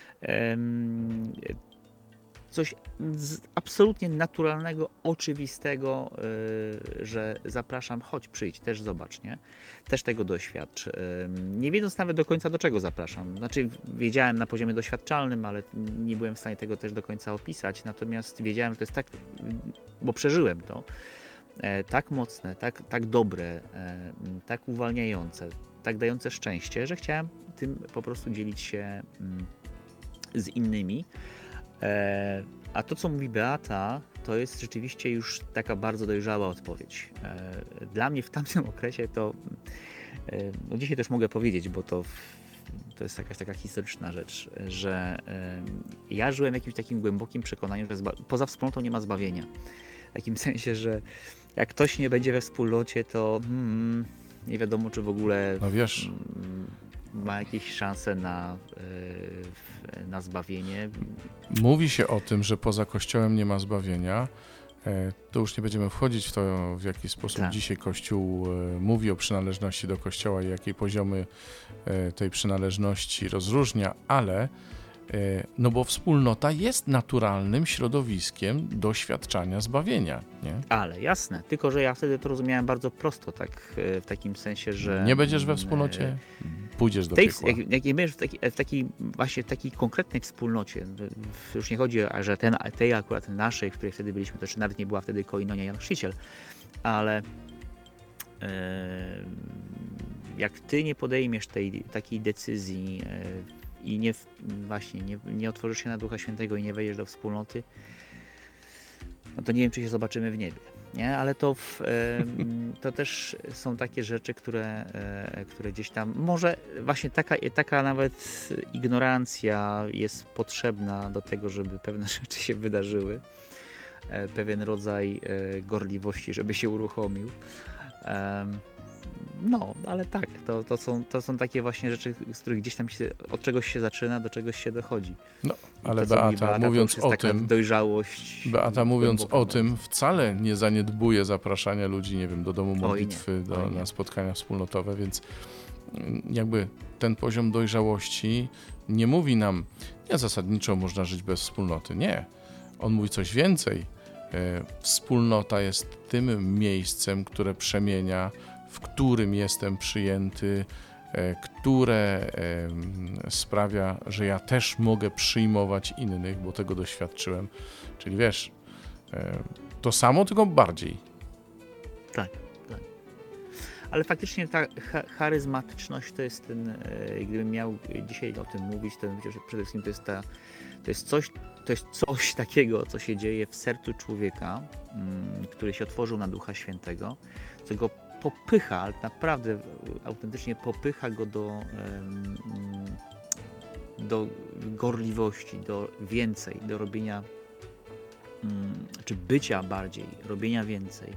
coś absolutnie naturalnego, oczywistego, że zapraszam, chodź, przyjdź, też zobacz, nie? Też tego doświadcz. Nie wiedząc nawet do końca, do czego zapraszam. Znaczy, wiedziałem na poziomie doświadczalnym, ale nie byłem w stanie tego też do końca opisać. Natomiast wiedziałem, że to jest tak, bo przeżyłem to, tak mocne, tak dobre, tak uwalniające, tak dające szczęście, że chciałem tym po prostu dzielić się z innymi. A to, co mówi Beata, to jest rzeczywiście już taka bardzo dojrzała odpowiedź. Dla mnie w tamtym okresie to, no dzisiaj też mogę powiedzieć, bo to jest jakaś taka historyczna rzecz, że ja żyłem w jakimś takim głębokim przekonaniu, że poza wspólnotą nie ma zbawienia. W takim sensie, że jak ktoś nie będzie we wspólnocie, to nie wiadomo, czy w ogóle no wiesz, ma jakieś szanse na zbawienie. Mówi się o tym, że poza Kościołem nie ma zbawienia. To już nie będziemy wchodzić w to, w jaki sposób dzisiaj Kościół mówi o przynależności do Kościoła i jakie poziomy tej przynależności rozróżnia, ale no bo wspólnota jest naturalnym środowiskiem doświadczania zbawienia, nie? Ale jasne, tylko że ja wtedy to rozumiałem bardzo prosto, tak w takim sensie, że... Nie będziesz we wspólnocie, pójdziesz do piekła. Jak nie będziesz w takiej konkretnej wspólnocie, już nie chodzi, że tej akurat naszej, w której wtedy byliśmy, to jeszcze nawet nie była wtedy Koinonia Jan Chrzciciel, ale jak ty nie podejmiesz takiej decyzji i nie otworzysz się na Ducha Świętego i nie wejdziesz do wspólnoty, no to nie wiem, czy się zobaczymy w niebie, nie? Ale to też są takie rzeczy, które gdzieś tam, może właśnie taka nawet ignorancja jest potrzebna do tego, żeby pewne rzeczy się wydarzyły, pewien rodzaj gorliwości, żeby się uruchomił. No, ale tak, to są takie właśnie rzeczy, z których gdzieś tam od czegoś się zaczyna, do czegoś się dochodzi. No, ale Beata, mówiąc o tym, dojrzałość. Beata, mówiąc o tym, wcale nie zaniedbuje zapraszania ludzi, nie wiem, do domu modlitwy, na spotkania wspólnotowe, więc jakby ten poziom dojrzałości nie mówi nam, nie zasadniczo można żyć bez wspólnoty, nie. On mówi coś więcej. Wspólnota jest tym miejscem, które przemienia, w którym jestem przyjęty, które sprawia, że ja też mogę przyjmować innych, bo tego doświadczyłem. Czyli wiesz, to samo, tylko bardziej. Tak. Ale faktycznie ta charyzmatyczność to jest ten, gdybym miał dzisiaj o tym mówić, to myślę, że przede wszystkim to jest coś takiego, co się dzieje w sercu człowieka, który się otworzył na Ducha Świętego, co go popycha, ale naprawdę autentycznie popycha go do gorliwości, do więcej, do robienia, czy bycia bardziej, robienia więcej.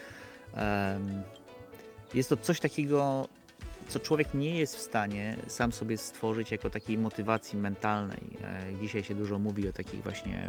Jest to coś takiego, co człowiek nie jest w stanie sam sobie stworzyć jako takiej motywacji mentalnej. Dzisiaj się dużo mówi o takich właśnie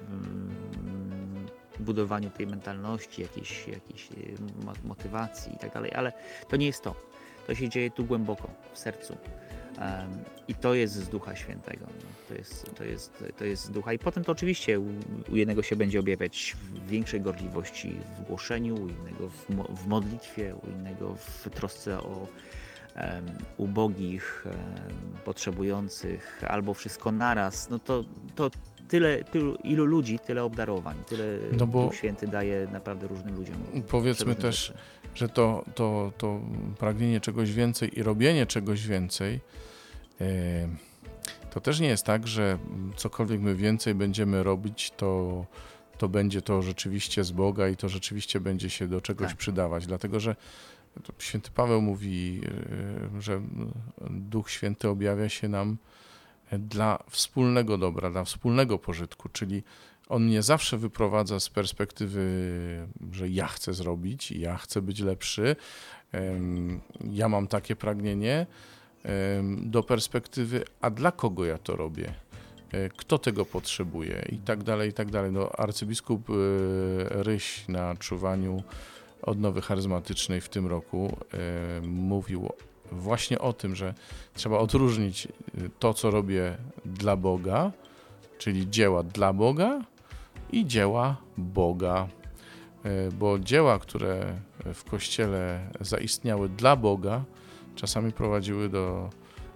budowaniu tej mentalności, jakiejś motywacji i tak dalej, ale to nie jest to. To się dzieje tu głęboko, w sercu. I to jest z Ducha Świętego. To jest z Ducha. I potem to oczywiście u jednego się będzie objawiać w większej gorliwości w głoszeniu, u innego w modlitwie, u innego w trosce o ubogich, potrzebujących, albo wszystko naraz. No to ilu ludzi, tyle obdarowań, tyle Duch Święty daje naprawdę różnym ludziom. Powiedzmy też, że to pragnienie czegoś więcej i robienie czegoś więcej, to też nie jest tak, że cokolwiek my więcej będziemy robić, to będzie to rzeczywiście z Boga i to rzeczywiście będzie się do czegoś przydawać. Dlatego, że święty Paweł mówi, że Duch Święty objawia się nam dla wspólnego dobra, dla wspólnego pożytku, czyli on mnie zawsze wyprowadza z perspektywy, że ja chcę zrobić, ja chcę być lepszy, ja mam takie pragnienie, do perspektywy, a dla kogo ja to robię, kto tego potrzebuje i tak dalej, i tak dalej. No, arcybiskup Ryś na czuwaniu odnowy charyzmatycznej w tym roku mówił właśnie o tym, że trzeba odróżnić to, co robię dla Boga, czyli dzieła dla Boga i dzieła Boga. Bo dzieła, które w Kościele zaistniały dla Boga, czasami prowadziły do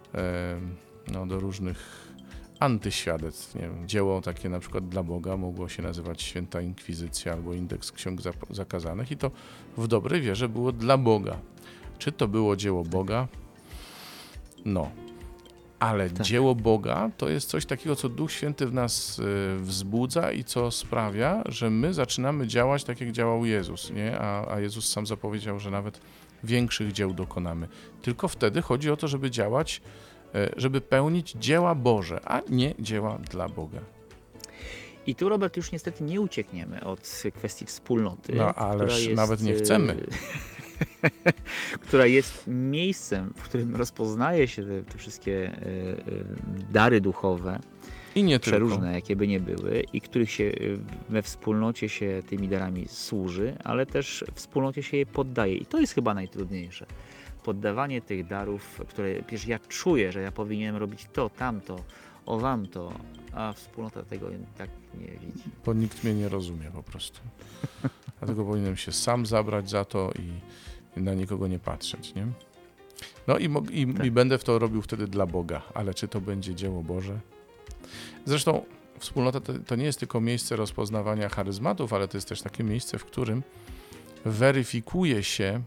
różnych antyświadectw. Nie wiem, dzieło takie na przykład dla Boga mogło się nazywać Święta Inkwizycja albo Indeks Ksiąg Zakazanych i to w dobrej wierze było dla Boga. Czy to było dzieło Boga? No. Ale dzieło Boga to jest coś takiego, co Duch Święty w nas wzbudza i co sprawia, że my zaczynamy działać tak, jak działał Jezus, nie? A Jezus sam zapowiedział, że nawet większych dzieł dokonamy. Tylko wtedy chodzi o to, żeby działać, żeby pełnić dzieła Boże, a nie dzieła dla Boga. I tu, Robert, już niestety nie uciekniemy od kwestii wspólnoty. No, ależ nawet nie chcemy. Która jest miejscem, w którym rozpoznaje się te wszystkie dary duchowe, i nie przeróżne, tylko, jakie by nie były, i których się we wspólnocie się tymi darami służy, ale też w wspólnocie się je poddaje. I to jest chyba najtrudniejsze. Poddawanie tych darów, które przecież ja czuję, że ja powinienem robić to, tamto, wam to, a wspólnota tego tak nie widzi. Bo nikt mnie nie rozumie po prostu. Dlatego powinienem się sam zabrać za to i na nikogo nie patrzeć, nie? No i będę w to robił wtedy dla Boga, ale czy to będzie dzieło Boże? Zresztą wspólnota to nie jest tylko miejsce rozpoznawania charyzmatów, ale to jest też takie miejsce, w którym weryfikuje się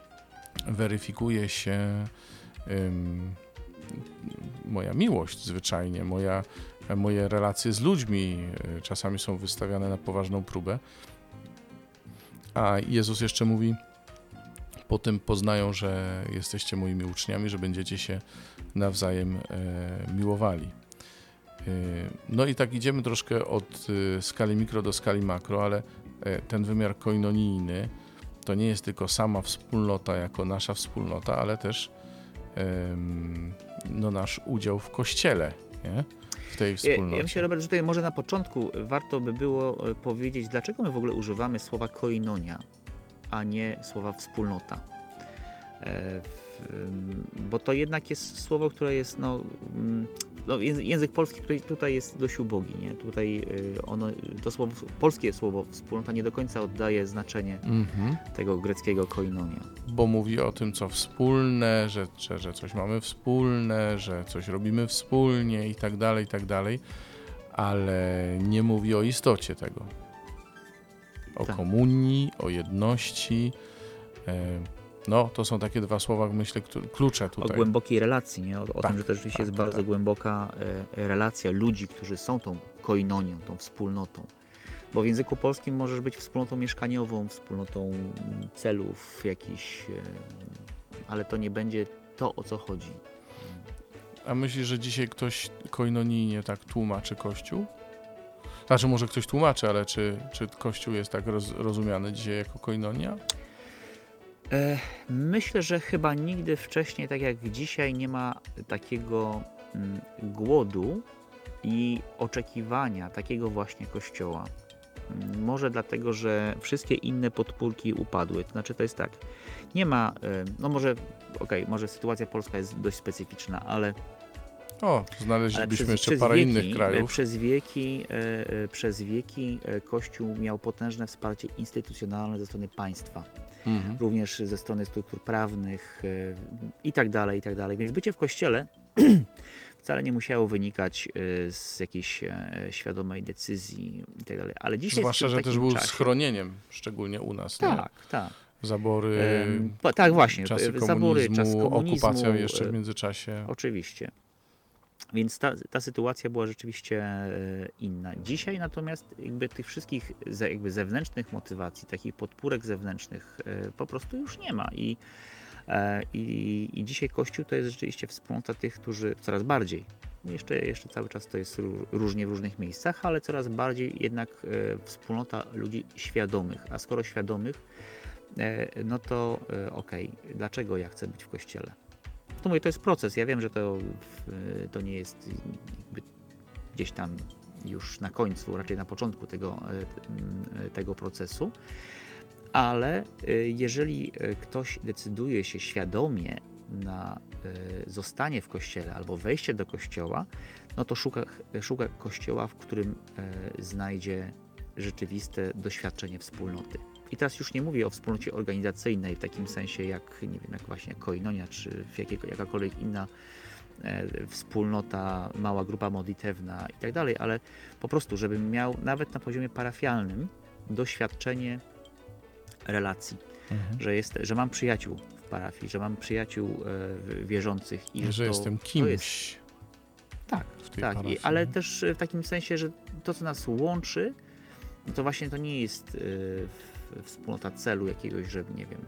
moja miłość zwyczajnie, moje relacje z ludźmi czasami są wystawiane na poważną próbę. A Jezus jeszcze mówi, potem poznają, że jesteście moimi uczniami, że będziecie się nawzajem miłowali. No i tak idziemy troszkę od skali mikro do skali makro, ale ten wymiar koinonijny to nie jest tylko sama wspólnota jako nasza wspólnota, ale też nasz udział w Kościele, nie? W tej wspólnocie. Ja myślę, Robert, że tutaj może na początku warto by było powiedzieć, dlaczego my w ogóle używamy słowa koinonia, a nie słowa wspólnota. bo to jednak jest słowo, które jest, język polski tutaj jest dość ubogi, nie? Tutaj to słowo, polskie słowo wspólnota nie do końca oddaje znaczenie tego greckiego koinonia. Bo mówi o tym, co wspólne, że coś mamy wspólne, że coś robimy wspólnie i tak dalej, ale nie mówi o istocie tego. O komunii, o jedności. To są takie dwa słowa, myślę, klucze tutaj. O głębokiej relacji, nie? O Tak, tym, że to rzeczywiście jest bardzo głęboka relacja ludzi, którzy są tą koinonią, tą wspólnotą. Bo w języku polskim możesz być wspólnotą mieszkaniową, wspólnotą celów jakichś, ale to nie będzie to, o co chodzi. A myślisz, że dzisiaj ktoś koinonijnie tak tłumaczy Kościół? Znaczy może ktoś tłumaczy, ale czy Kościół jest tak rozumiany dzisiaj jako koinonia? Myślę, że chyba nigdy wcześniej, tak jak dzisiaj, nie ma takiego głodu i oczekiwania takiego właśnie Kościoła. Może dlatego, że wszystkie inne podpórki upadły. To znaczy to jest tak, nie ma, może sytuacja polska jest dość specyficzna, ale znaleźlibyśmy jeszcze parę innych krajów. Przez wieki Kościół miał potężne wsparcie instytucjonalne ze strony państwa. Również ze strony struktur prawnych i tak dalej. Więc bycie w Kościele wcale nie musiało wynikać z jakiejś świadomej decyzji i tak dalej. Ale dzisiaj zwłaszcza, że też był schronieniem, szczególnie u nas. Tak. Zabory, tak właśnie, czas komunizmu, okupacja jeszcze w międzyczasie. Oczywiście. Więc ta sytuacja była rzeczywiście inna. Dzisiaj natomiast jakby tych wszystkich zewnętrznych motywacji, takich podpórek zewnętrznych po prostu już nie ma. I dzisiaj Kościół to jest rzeczywiście wspólnota tych, którzy coraz bardziej, jeszcze cały czas to jest różnie w różnych miejscach, ale coraz bardziej jednak wspólnota ludzi świadomych. A skoro świadomych, no to dlaczego ja chcę być w Kościele? To mówię, to jest proces. Ja wiem, że to nie jest jakby gdzieś tam już na końcu, raczej na początku tego procesu, ale jeżeli ktoś decyduje się świadomie na zostanie w Kościele albo wejście do Kościoła, no to szuka Kościoła, w którym znajdzie rzeczywiste doświadczenie wspólnoty. I teraz już nie mówię o wspólnocie organizacyjnej w takim sensie jak właśnie koinonia, czy jakakolwiek inna wspólnota, mała grupa modlitewna i tak dalej, ale po prostu, żebym miał nawet na poziomie parafialnym doświadczenie relacji, że mam przyjaciół w parafii, że mam przyjaciół wierzących i że jestem kimś. Tak, ale też w takim sensie, że to, co nas łączy, to właśnie to nie jest wspólnota celu jakiegoś, że nie wiem,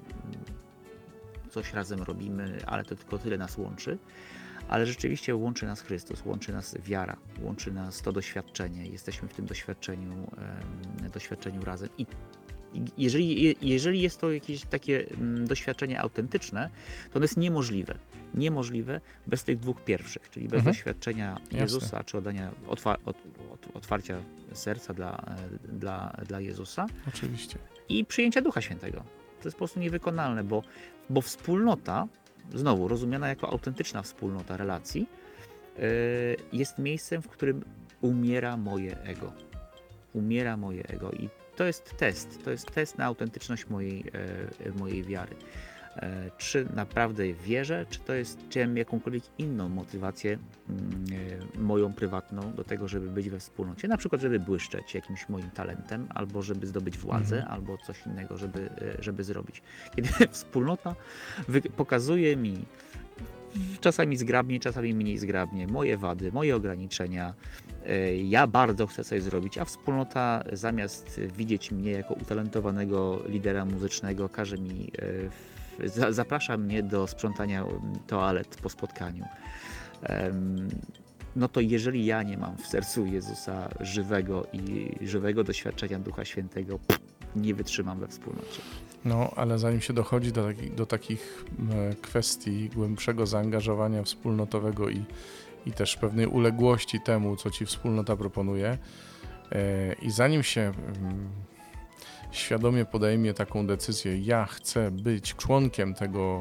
coś razem robimy, ale to tylko tyle nas łączy, ale rzeczywiście łączy nas Chrystus, łączy nas wiara, łączy nas to doświadczenie, jesteśmy w tym doświadczeniu razem i jeżeli jest to jakieś takie doświadczenie autentyczne, to ono jest niemożliwe bez tych dwóch pierwszych, czyli bez doświadczenia Jezusa, czy oddania, otwarcia serca dla Jezusa. Oczywiście. I przyjęcia Ducha Świętego. To jest po prostu niewykonalne, bo wspólnota, znowu rozumiana jako autentyczna wspólnota relacji, jest miejscem, w którym umiera moje ego. I to jest test na autentyczność mojej wiary. Czy naprawdę wierzę, czy mam jakąkolwiek inną motywację moją prywatną do tego, żeby być we wspólnocie. Na przykład, żeby błyszczeć jakimś moim talentem, albo żeby zdobyć władzę, albo coś innego, żeby zrobić. Kiedy wspólnota pokazuje mi czasami zgrabnie, czasami mniej zgrabnie moje wady, moje ograniczenia, ja bardzo chcę coś zrobić, a wspólnota zamiast widzieć mnie jako utalentowanego lidera muzycznego, zaprasza mnie do sprzątania toalet po spotkaniu. No to jeżeli ja nie mam w sercu Jezusa żywego doświadczenia Ducha Świętego, nie wytrzymam we wspólnocie. No, ale zanim się dochodzi do takich kwestii głębszego zaangażowania wspólnotowego i też pewnej uległości temu, co ci wspólnota proponuje, i zanim się świadomie podejmie taką decyzję, ja chcę być członkiem tego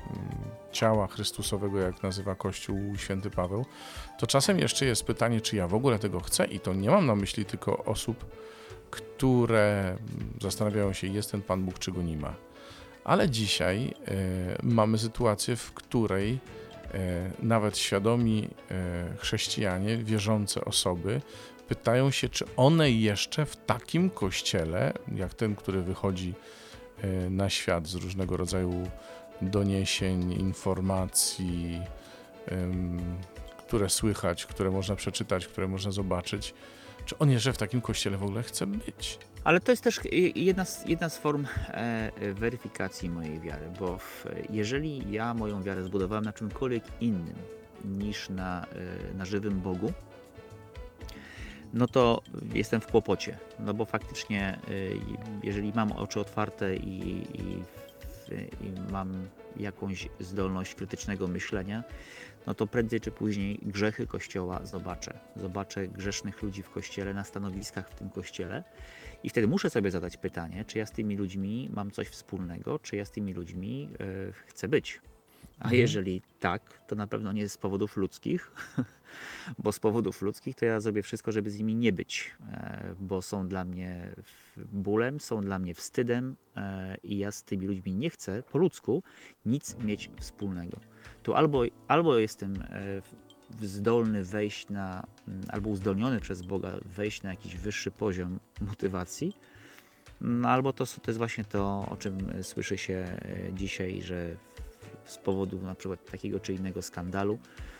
ciała Chrystusowego, jak nazywa Kościół święty Paweł, to czasem jeszcze jest pytanie, czy ja w ogóle tego chcę, i to nie mam na myśli tylko osób, które zastanawiają się, jest ten Pan Bóg, czy go nie ma. Ale dzisiaj mamy sytuację, w której nawet świadomi chrześcijanie, wierzące osoby pytają się, czy one jeszcze w takim kościele, jak ten, który wychodzi na świat z różnego rodzaju doniesień, informacji, które słychać, które można przeczytać, które można zobaczyć, czy on jeszcze w takim kościele w ogóle chce być. Ale to jest też jedna z form weryfikacji mojej wiary, bo jeżeli ja moją wiarę zbudowałem na czymkolwiek innym niż na żywym Bogu, no to jestem w kłopocie. No bo faktycznie, jeżeli mam oczy otwarte i mam jakąś zdolność krytycznego myślenia, no to prędzej czy później grzechy Kościoła zobaczę. Zobaczę grzesznych ludzi w Kościele, na stanowiskach w tym Kościele i wtedy muszę sobie zadać pytanie, czy ja z tymi ludźmi mam coś wspólnego, czy ja z tymi ludźmi chcę być. A jeżeli tak, to na pewno nie z powodów ludzkich, bo z powodów ludzkich to ja zrobię wszystko, żeby z nimi nie być, bo są dla mnie bólem, są dla mnie wstydem i ja z tymi ludźmi nie chcę po ludzku nic mieć wspólnego. Tu albo jestem zdolny wejść na, albo uzdolniony przez Boga wejść na jakiś wyższy poziom motywacji, albo to jest właśnie to, o czym słyszy się dzisiaj, że z powodu na przykład takiego czy innego skandalu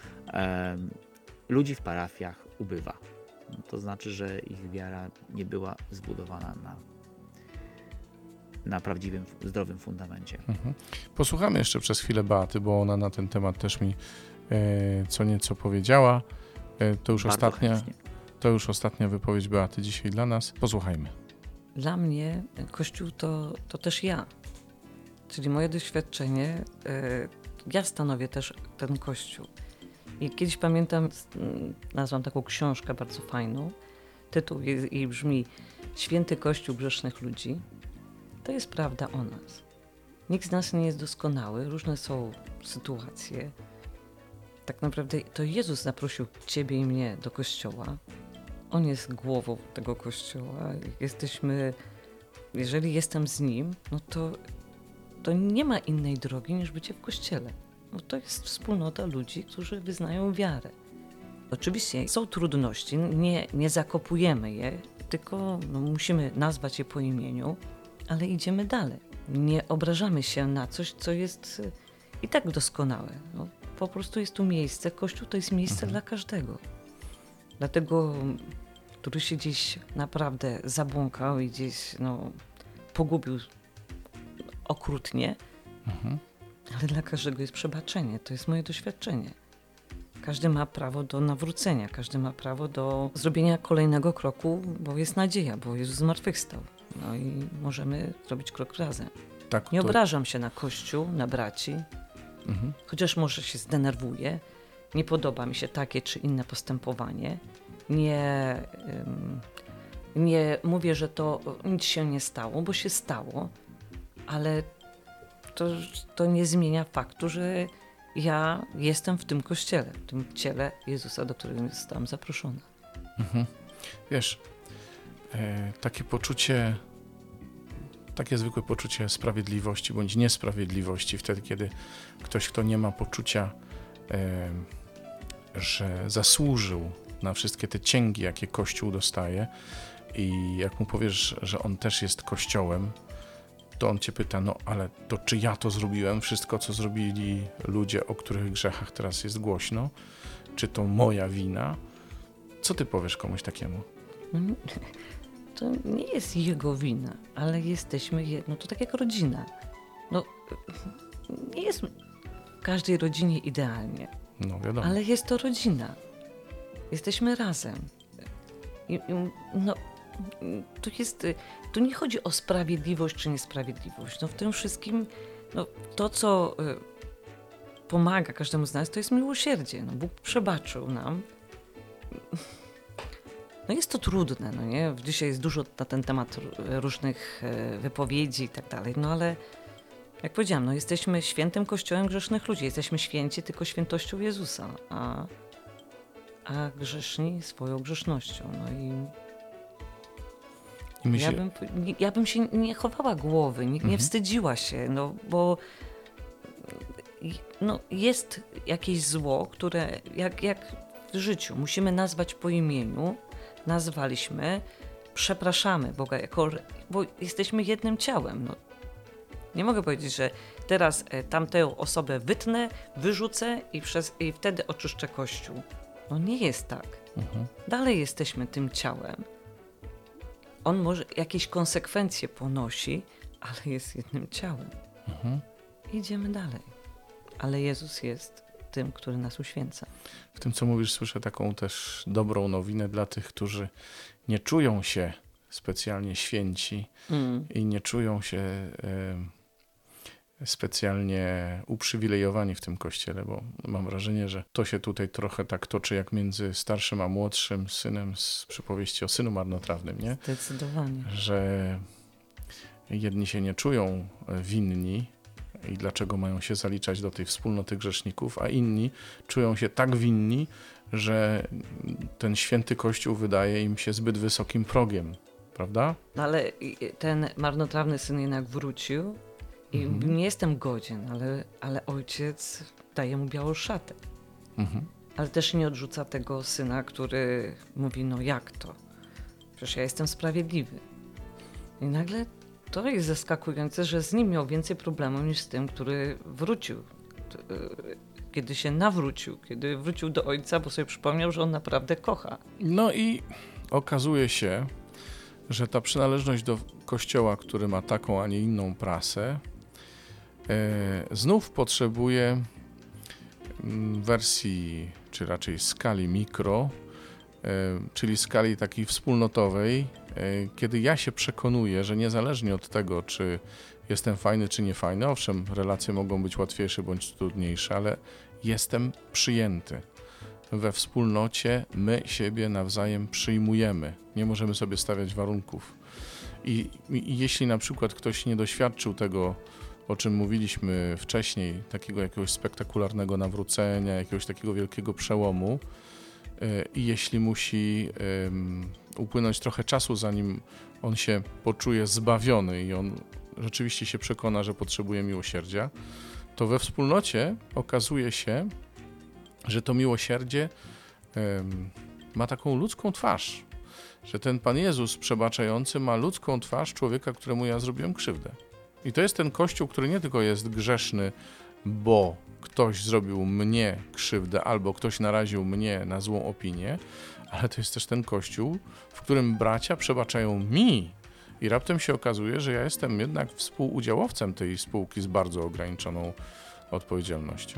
ludzi w parafiach ubywa. To znaczy, że ich wiara nie była zbudowana na prawdziwym, zdrowym fundamencie. Posłuchamy jeszcze przez chwilę Beaty, bo ona na ten temat też mi co nieco powiedziała. To już ostatnia wypowiedź Beaty dzisiaj dla nas. Posłuchajmy. Dla mnie Kościół to też ja. Czyli moje doświadczenie, ja stanowię też ten Kościół. I kiedyś pamiętam, nazwałam taką książkę bardzo fajną. Tytuł jej brzmi Święty Kościół grzesznych ludzi. To jest prawda o nas. Nikt z nas nie jest doskonały, różne są sytuacje. Tak naprawdę to Jezus zaprosił ciebie i mnie do Kościoła. On jest głową tego Kościoła. Jeżeli jestem z Nim, no to nie ma innej drogi niż bycie w Kościele. No to jest wspólnota ludzi, którzy wyznają wiarę. Oczywiście są trudności, nie zakopujemy je, tylko musimy nazwać je po imieniu, ale idziemy dalej. Nie obrażamy się na coś, co jest i tak doskonałe. No, po prostu jest tu miejsce, Kościół to jest miejsce dla każdego. Dlatego, który się gdzieś naprawdę zabłąkał i gdzieś pogubił okrutnie, ale dla każdego jest przebaczenie. To jest moje doświadczenie. Każdy ma prawo do nawrócenia, każdy ma prawo do zrobienia kolejnego kroku, bo jest nadzieja, bo Jezus zmartwychwstał. No i możemy zrobić krok razem. Tak, nie obrażam się na Kościół, na braci, chociaż może się zdenerwuję, nie podoba mi się takie czy inne postępowanie. Nie mówię, że to nic się nie stało, bo się stało, ale to nie zmienia faktu, że ja jestem w tym Kościele, w tym ciele Jezusa, do którego zostałam zaproszona. Wiesz, takie zwykłe poczucie sprawiedliwości bądź niesprawiedliwości, wtedy kiedy ktoś, kto nie ma poczucia, że zasłużył na wszystkie te cięgi, jakie Kościół dostaje, i jak mu powiesz, że on też jest Kościołem, to on cię pyta, ale to czy ja to zrobiłem, wszystko co zrobili ludzie, o których grzechach teraz jest głośno, czy to moja wina? Co ty powiesz komuś takiemu? To nie jest jego wina, ale jesteśmy jedno, to tak jak rodzina. Nie jest w każdej rodzinie idealnie, wiadomo. Ale jest to rodzina. Jesteśmy razem. Tu nie chodzi o sprawiedliwość czy niesprawiedliwość. W tym wszystkim to, co pomaga każdemu z nas, to jest miłosierdzie. Bóg przebaczył nam. Jest to trudne, nie? Dzisiaj jest dużo na ten temat różnych wypowiedzi i tak dalej, ale Jak powiedziałam, no jesteśmy świętym kościołem grzesznych ludzi. Jesteśmy święci tylko świętością Jezusa, a grzeszni swoją grzesznością. No i I my ja bym się nie chowała głowy, nie wstydziła się, no bo no, jest jakieś zło, które jak w życiu musimy nazwać po imieniu, nazwaliśmy, przepraszamy Boga, bo jesteśmy jednym ciałem. No. Nie mogę powiedzieć, że teraz tamtą osobę wytnę, wyrzucę i wtedy oczyszczę Kościół. No nie jest tak. Dalej jesteśmy tym ciałem. On może jakieś konsekwencje ponosi, ale jest jednym ciałem. Idziemy dalej. Ale Jezus jest tym, który nas uświęca. W tym, co mówisz, słyszę taką też dobrą nowinę dla tych, którzy nie czują się specjalnie święci i nie czują się specjalnie uprzywilejowani w tym kościele, bo mam wrażenie, że to się tutaj trochę tak toczy jak między starszym a młodszym synem z przypowieści o synu marnotrawnym, nie? Zdecydowanie. Że jedni się nie czują winni i dlaczego mają się zaliczać do tej wspólnoty grzeszników, a inni czują się tak winni, że ten święty Kościół wydaje im się zbyt wysokim progiem, prawda? No ale ten marnotrawny syn jednak wrócił i nie jestem godzien, ale ojciec daje mu białą szatę. Ale też nie odrzuca tego syna, który mówi, no jak to? Przecież ja jestem sprawiedliwy. I nagle to jest zaskakujące, że z nim miał więcej problemów niż z tym, który wrócił. Kiedy się nawrócił, kiedy wrócił do ojca, bo sobie przypomniał, że on naprawdę kocha. No i okazuje się, że ta przynależność do kościoła, który ma taką, a nie inną prasę, znów potrzebuje wersji, czy raczej skali mikro, czyli skali takiej wspólnotowej, kiedy ja się przekonuję, że niezależnie od tego, czy jestem fajny, czy nie fajny, owszem, relacje mogą być łatwiejsze bądź trudniejsze, ale jestem przyjęty. We wspólnocie my siebie nawzajem przyjmujemy. Nie możemy sobie stawiać warunków. I jeśli na przykład ktoś nie doświadczył tego, o czym mówiliśmy wcześniej, takiego jakiegoś spektakularnego nawrócenia, jakiegoś takiego wielkiego przełomu, i jeśli musi upłynąć trochę czasu, zanim on się poczuje zbawiony i on rzeczywiście się przekona, że potrzebuje miłosierdzia, to we wspólnocie okazuje się, że to miłosierdzie ma taką ludzką twarz, że ten Pan Jezus przebaczający ma ludzką twarz człowieka, któremu ja zrobiłem krzywdę. I to jest ten Kościół, który nie tylko jest grzeszny, bo ktoś zrobił mnie krzywdę albo ktoś naraził mnie na złą opinię, ale to jest też ten Kościół, w którym bracia przebaczają mi i raptem się okazuje, że ja jestem jednak współudziałowcem tej spółki z bardzo ograniczoną odpowiedzialnością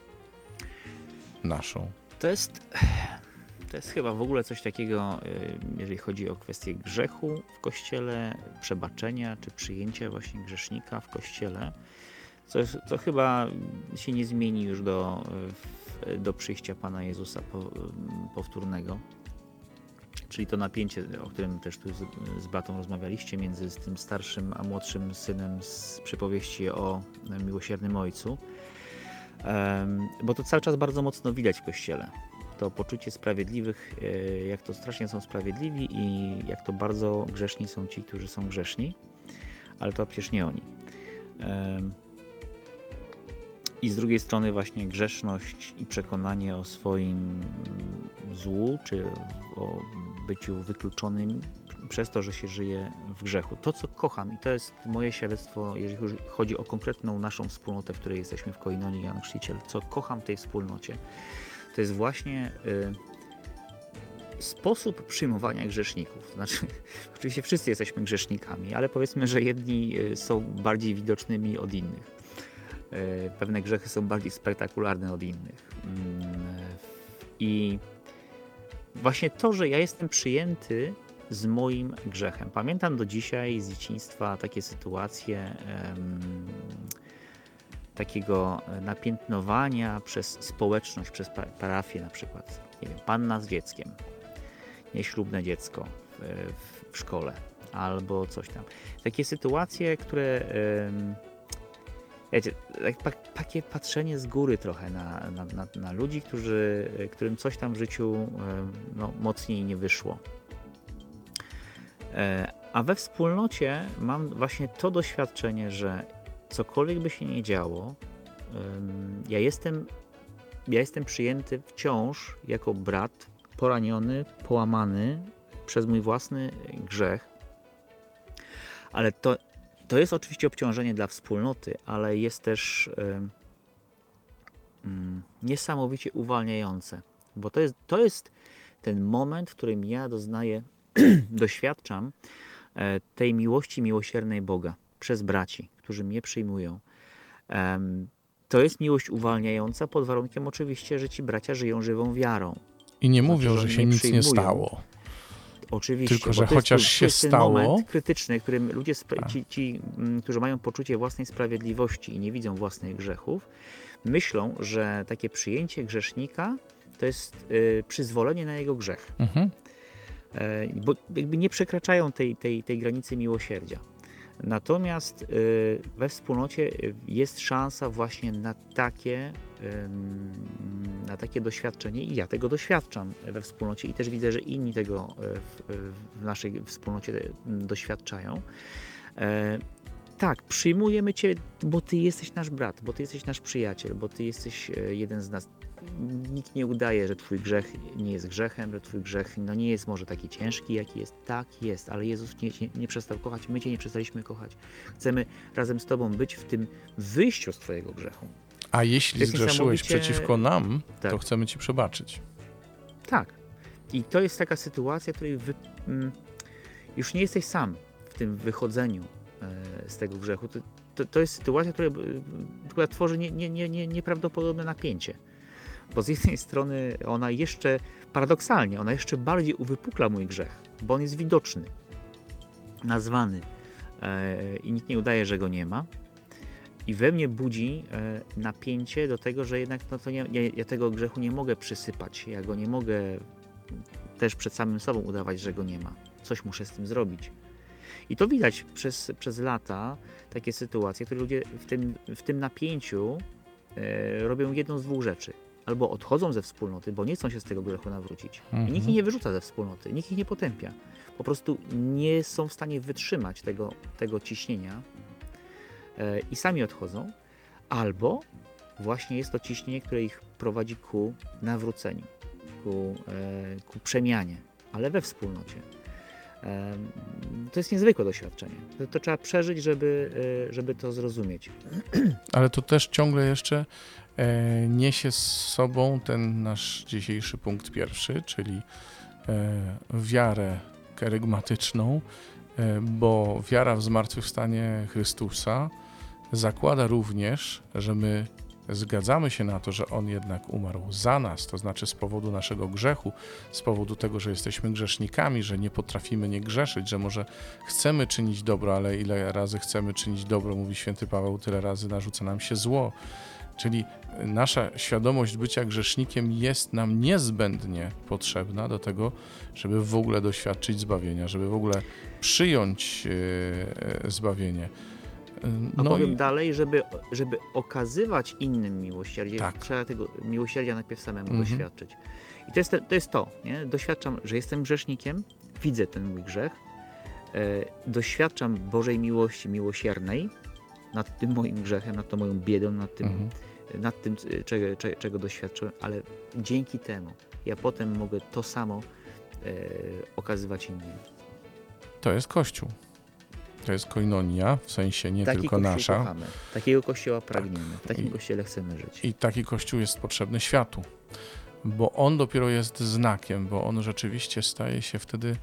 naszą. To jest chyba w ogóle coś takiego, jeżeli chodzi o kwestię grzechu w Kościele, przebaczenia czy przyjęcia właśnie grzesznika w Kościele, co chyba się nie zmieni już do przyjścia Pana Jezusa powtórnego. Czyli to napięcie, o którym też tu z Beatą rozmawialiście, między tym starszym a młodszym synem z przypowieści o miłosiernym ojcu. Bo to cały czas bardzo mocno widać w Kościele. To poczucie sprawiedliwych, jak to strasznie są sprawiedliwi i jak to bardzo grzeszni są ci, którzy są grzeszni, ale to przecież nie oni. I z drugiej strony właśnie grzeszność i przekonanie o swoim złu, czy o byciu wykluczonym przez to, że się żyje w grzechu. To, co kocham, i to jest moje świadectwo, jeżeli chodzi o konkretną naszą wspólnotę, w której jesteśmy w Koinonii Jan Chrzciciel, co kocham w tej wspólnocie, to jest właśnie sposób przyjmowania grzeszników. Znaczy, oczywiście wszyscy jesteśmy grzesznikami, ale powiedzmy, że jedni są bardziej widocznymi od innych. Pewne grzechy są bardziej spektakularne od innych. I właśnie to, że ja jestem przyjęty z moim grzechem. Pamiętam do dzisiaj z dzieciństwa takie sytuacje takiego napiętnowania przez społeczność, przez parafię na przykład. Nie wiem, panna z dzieckiem, nieślubne dziecko w szkole albo coś tam. Takie sytuacje, które wiecie, takie patrzenie z góry trochę na ludzi, którym coś tam w życiu no, mocniej nie wyszło. A we wspólnocie mam właśnie to doświadczenie, że cokolwiek by się nie działo, ja jestem przyjęty wciąż jako brat, poraniony, połamany przez mój własny grzech. Ale to jest oczywiście obciążenie dla wspólnoty, ale jest też niesamowicie uwalniające. Bo to jest ten moment, w którym ja doświadczam tej miłości miłosiernej Boga przez braci, którzy mnie przyjmują. To jest miłość uwalniająca pod warunkiem oczywiście, że ci bracia żyją żywą wiarą. I nie Znaczy, mówią, że się nic nie stało. Oczywiście, tylko że bo to chociaż jest, się to jest ten stało, moment krytyczny, w którym ludzie, ci, którzy mają poczucie własnej sprawiedliwości i nie widzą własnych grzechów, myślą, że takie przyjęcie grzesznika to jest przyzwolenie na jego grzech. Bo jakby nie przekraczają tej granicy miłosierdzia. Natomiast we wspólnocie jest szansa właśnie na takie doświadczenie i ja tego doświadczam we wspólnocie i też widzę, że inni tego w naszej wspólnocie doświadczają. Tak, przyjmujemy Cię, bo Ty jesteś nasz brat, bo Ty jesteś nasz przyjaciel, bo Ty jesteś jeden z nas. Nikt nie udaje, że Twój grzech nie jest grzechem, że Twój grzech no nie jest może taki ciężki, jaki jest. Tak jest, ale Jezus nie przestał kochać, my Cię nie przestaliśmy kochać. Chcemy razem z Tobą być w tym wyjściu z Twojego grzechu. A jeśli zgrzeszyłeś przeciwko nam, tak, to chcemy Ci przebaczyć. Tak. I to jest taka sytuacja, w której już nie jesteś sam w tym wychodzeniu z tego grzechu. To jest sytuacja, która tworzy nieprawdopodobne napięcie. Bo z jednej strony ona jeszcze bardziej uwypukla mój grzech, bo on jest widoczny, nazwany i nikt nie udaje, że go nie ma. I we mnie budzi napięcie do tego, że jednak ja tego grzechu nie mogę przysypać. Ja go nie mogę też przed samym sobą udawać, że go nie ma. Coś muszę z tym zrobić. I to widać przez lata, takie sytuacje, które ludzie w tym napięciu robią jedną z dwóch rzeczy. Albo odchodzą ze wspólnoty, bo nie chcą się z tego grzechu nawrócić. I nikt ich nie wyrzuca ze wspólnoty, nikt ich nie potępia. Po prostu nie są w stanie wytrzymać tego ciśnienia i sami odchodzą. Albo właśnie jest to ciśnienie, które ich prowadzi ku nawróceniu, ku przemianie, ale we wspólnocie. To jest niezwykłe doświadczenie. To trzeba przeżyć, żeby to zrozumieć. Ale to też ciągle jeszcze niesie z sobą ten nasz dzisiejszy punkt pierwszy, czyli wiarę kerygmatyczną, bo wiara w zmartwychwstanie Chrystusa zakłada również, że my zgadzamy się na to, że On jednak umarł za nas, to znaczy z powodu naszego grzechu, z powodu tego, że jesteśmy grzesznikami, że nie potrafimy nie grzeszyć, że może chcemy czynić dobro, ale ile razy chcemy czynić dobro, mówi święty Paweł, tyle razy narzuca nam się zło. Czyli nasza świadomość bycia grzesznikiem jest nam niezbędnie potrzebna do tego, żeby w ogóle doświadczyć zbawienia, żeby w ogóle przyjąć zbawienie. A powiem dalej, żeby okazywać innym miłosierdzie, tak, trzeba tego miłosierdzia najpierw samemu doświadczyć. I to jest to, nie? Doświadczam, że jestem grzesznikiem, widzę ten mój grzech, doświadczam Bożej miłości miłosiernej nad tym moim grzechem, nad tą moją biedą, nad tym czego doświadczyłem, ale dzięki temu ja potem mogę to samo okazywać innym. To jest Kościół. To jest koinonia, w sensie nie taki tylko Kościół nasza. Kochamy. Takiego Kościoła pragniemy. W takim Kościele chcemy żyć. I taki Kościół jest potrzebny światu, bo on dopiero jest znakiem, bo on rzeczywiście staje się wtedy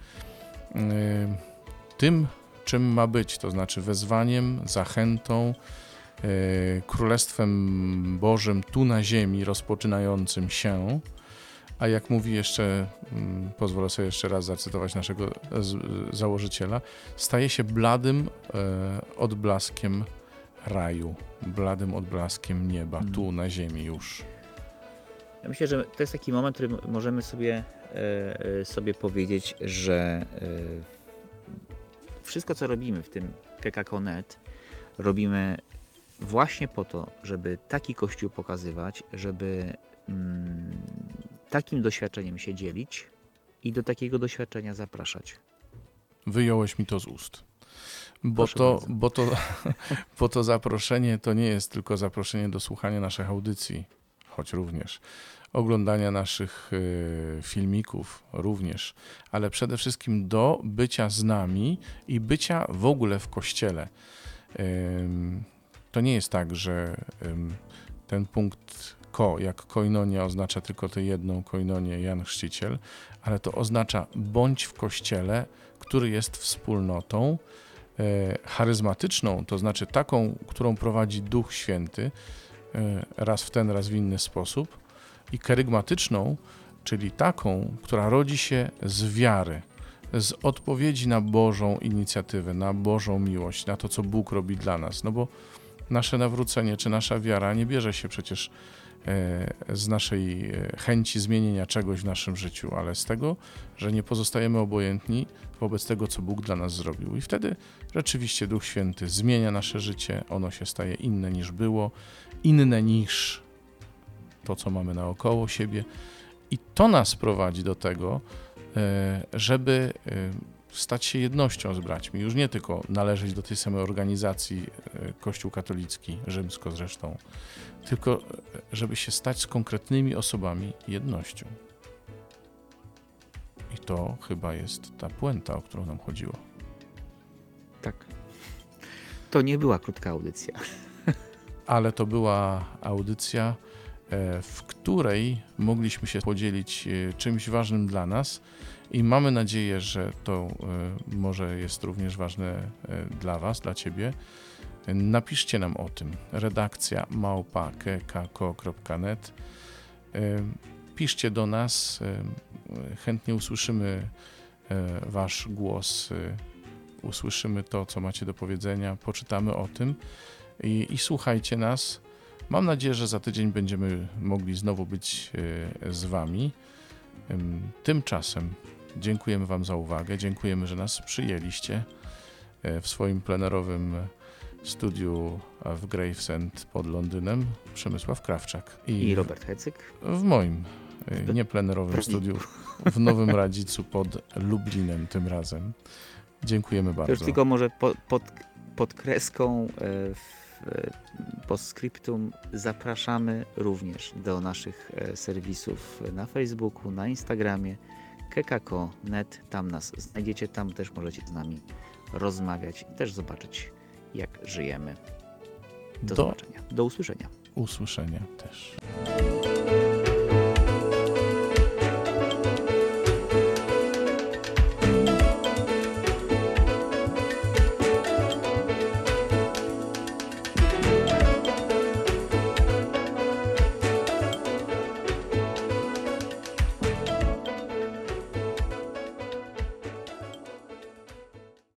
tym, czym ma być, to znaczy wezwaniem, zachętą, Królestwem Bożym tu na ziemi rozpoczynającym się, a jak mówi jeszcze, pozwolę sobie jeszcze raz zacytować naszego założyciela, staje się bladym odblaskiem raju, bladym odblaskiem nieba, tu na ziemi już. Ja myślę, że to jest taki moment, w którym możemy sobie powiedzieć, że wszystko, co robimy w tym KKK.net, robimy właśnie po to, żeby taki Kościół pokazywać, żeby takim doświadczeniem się dzielić i do takiego doświadczenia zapraszać. Wyjąłeś mi to z ust. Proszę bardzo. Bo to zaproszenie to nie jest tylko zaproszenie do słuchania naszych audycji, choć również oglądania naszych filmików również, ale przede wszystkim do bycia z nami i bycia w ogóle w Kościele. To nie jest tak, że ten punkt jak koinonia oznacza tylko tę jedną koinonię, Jan Chrzciciel, ale to oznacza bądź w Kościele, który jest wspólnotą charyzmatyczną, to znaczy taką, którą prowadzi Duch Święty, raz w ten, raz w inny sposób, i kerygmatyczną, czyli taką, która rodzi się z wiary, z odpowiedzi na Bożą inicjatywę, na Bożą miłość, na to, co Bóg robi dla nas. No bo nasze nawrócenie czy nasza wiara nie bierze się przecież z naszej chęci zmienienia czegoś w naszym życiu, ale z tego, że nie pozostajemy obojętni wobec tego, co Bóg dla nas zrobił. I wtedy rzeczywiście Duch Święty zmienia nasze życie, ono się staje inne niż było, inne niż to, co mamy naokoło siebie. I to nas prowadzi do tego, żeby stać się jednością z braćmi. Już nie tylko należeć do tej samej organizacji, Kościół katolicki, rzymsko zresztą, tylko żeby się stać z konkretnymi osobami jednością. I to chyba jest ta puenta, o którą nam chodziło. Tak. To nie była krótka audycja. Ale to była audycja, w której mogliśmy się podzielić czymś ważnym dla nas i mamy nadzieję, że to może jest również ważne dla was, dla ciebie. Napiszcie nam o tym. Redakcja @kekako.net. Piszcie do nas. Chętnie usłyszymy wasz głos. Usłyszymy to, co macie do powiedzenia. Poczytamy o tym i słuchajcie nas. Mam nadzieję, że za tydzień będziemy mogli znowu być z wami. Tymczasem dziękujemy wam za uwagę. Dziękujemy, że nas przyjęliście w swoim plenerowym studiu w Gravesend pod Londynem. Przemysław Krawczak i Robert Hecyk w moim nieplenerowym studiu w Nowym Radzicu pod Lublinem tym razem. Dziękujemy bardzo. Już tylko może pod kreską postscriptum zapraszamy również do naszych serwisów na Facebooku, na Instagramie kekako.net. Tam nas znajdziecie, tam też możecie z nami rozmawiać i też zobaczyć, jak żyjemy. Do zobaczenia. Do usłyszenia. Usłyszenia też.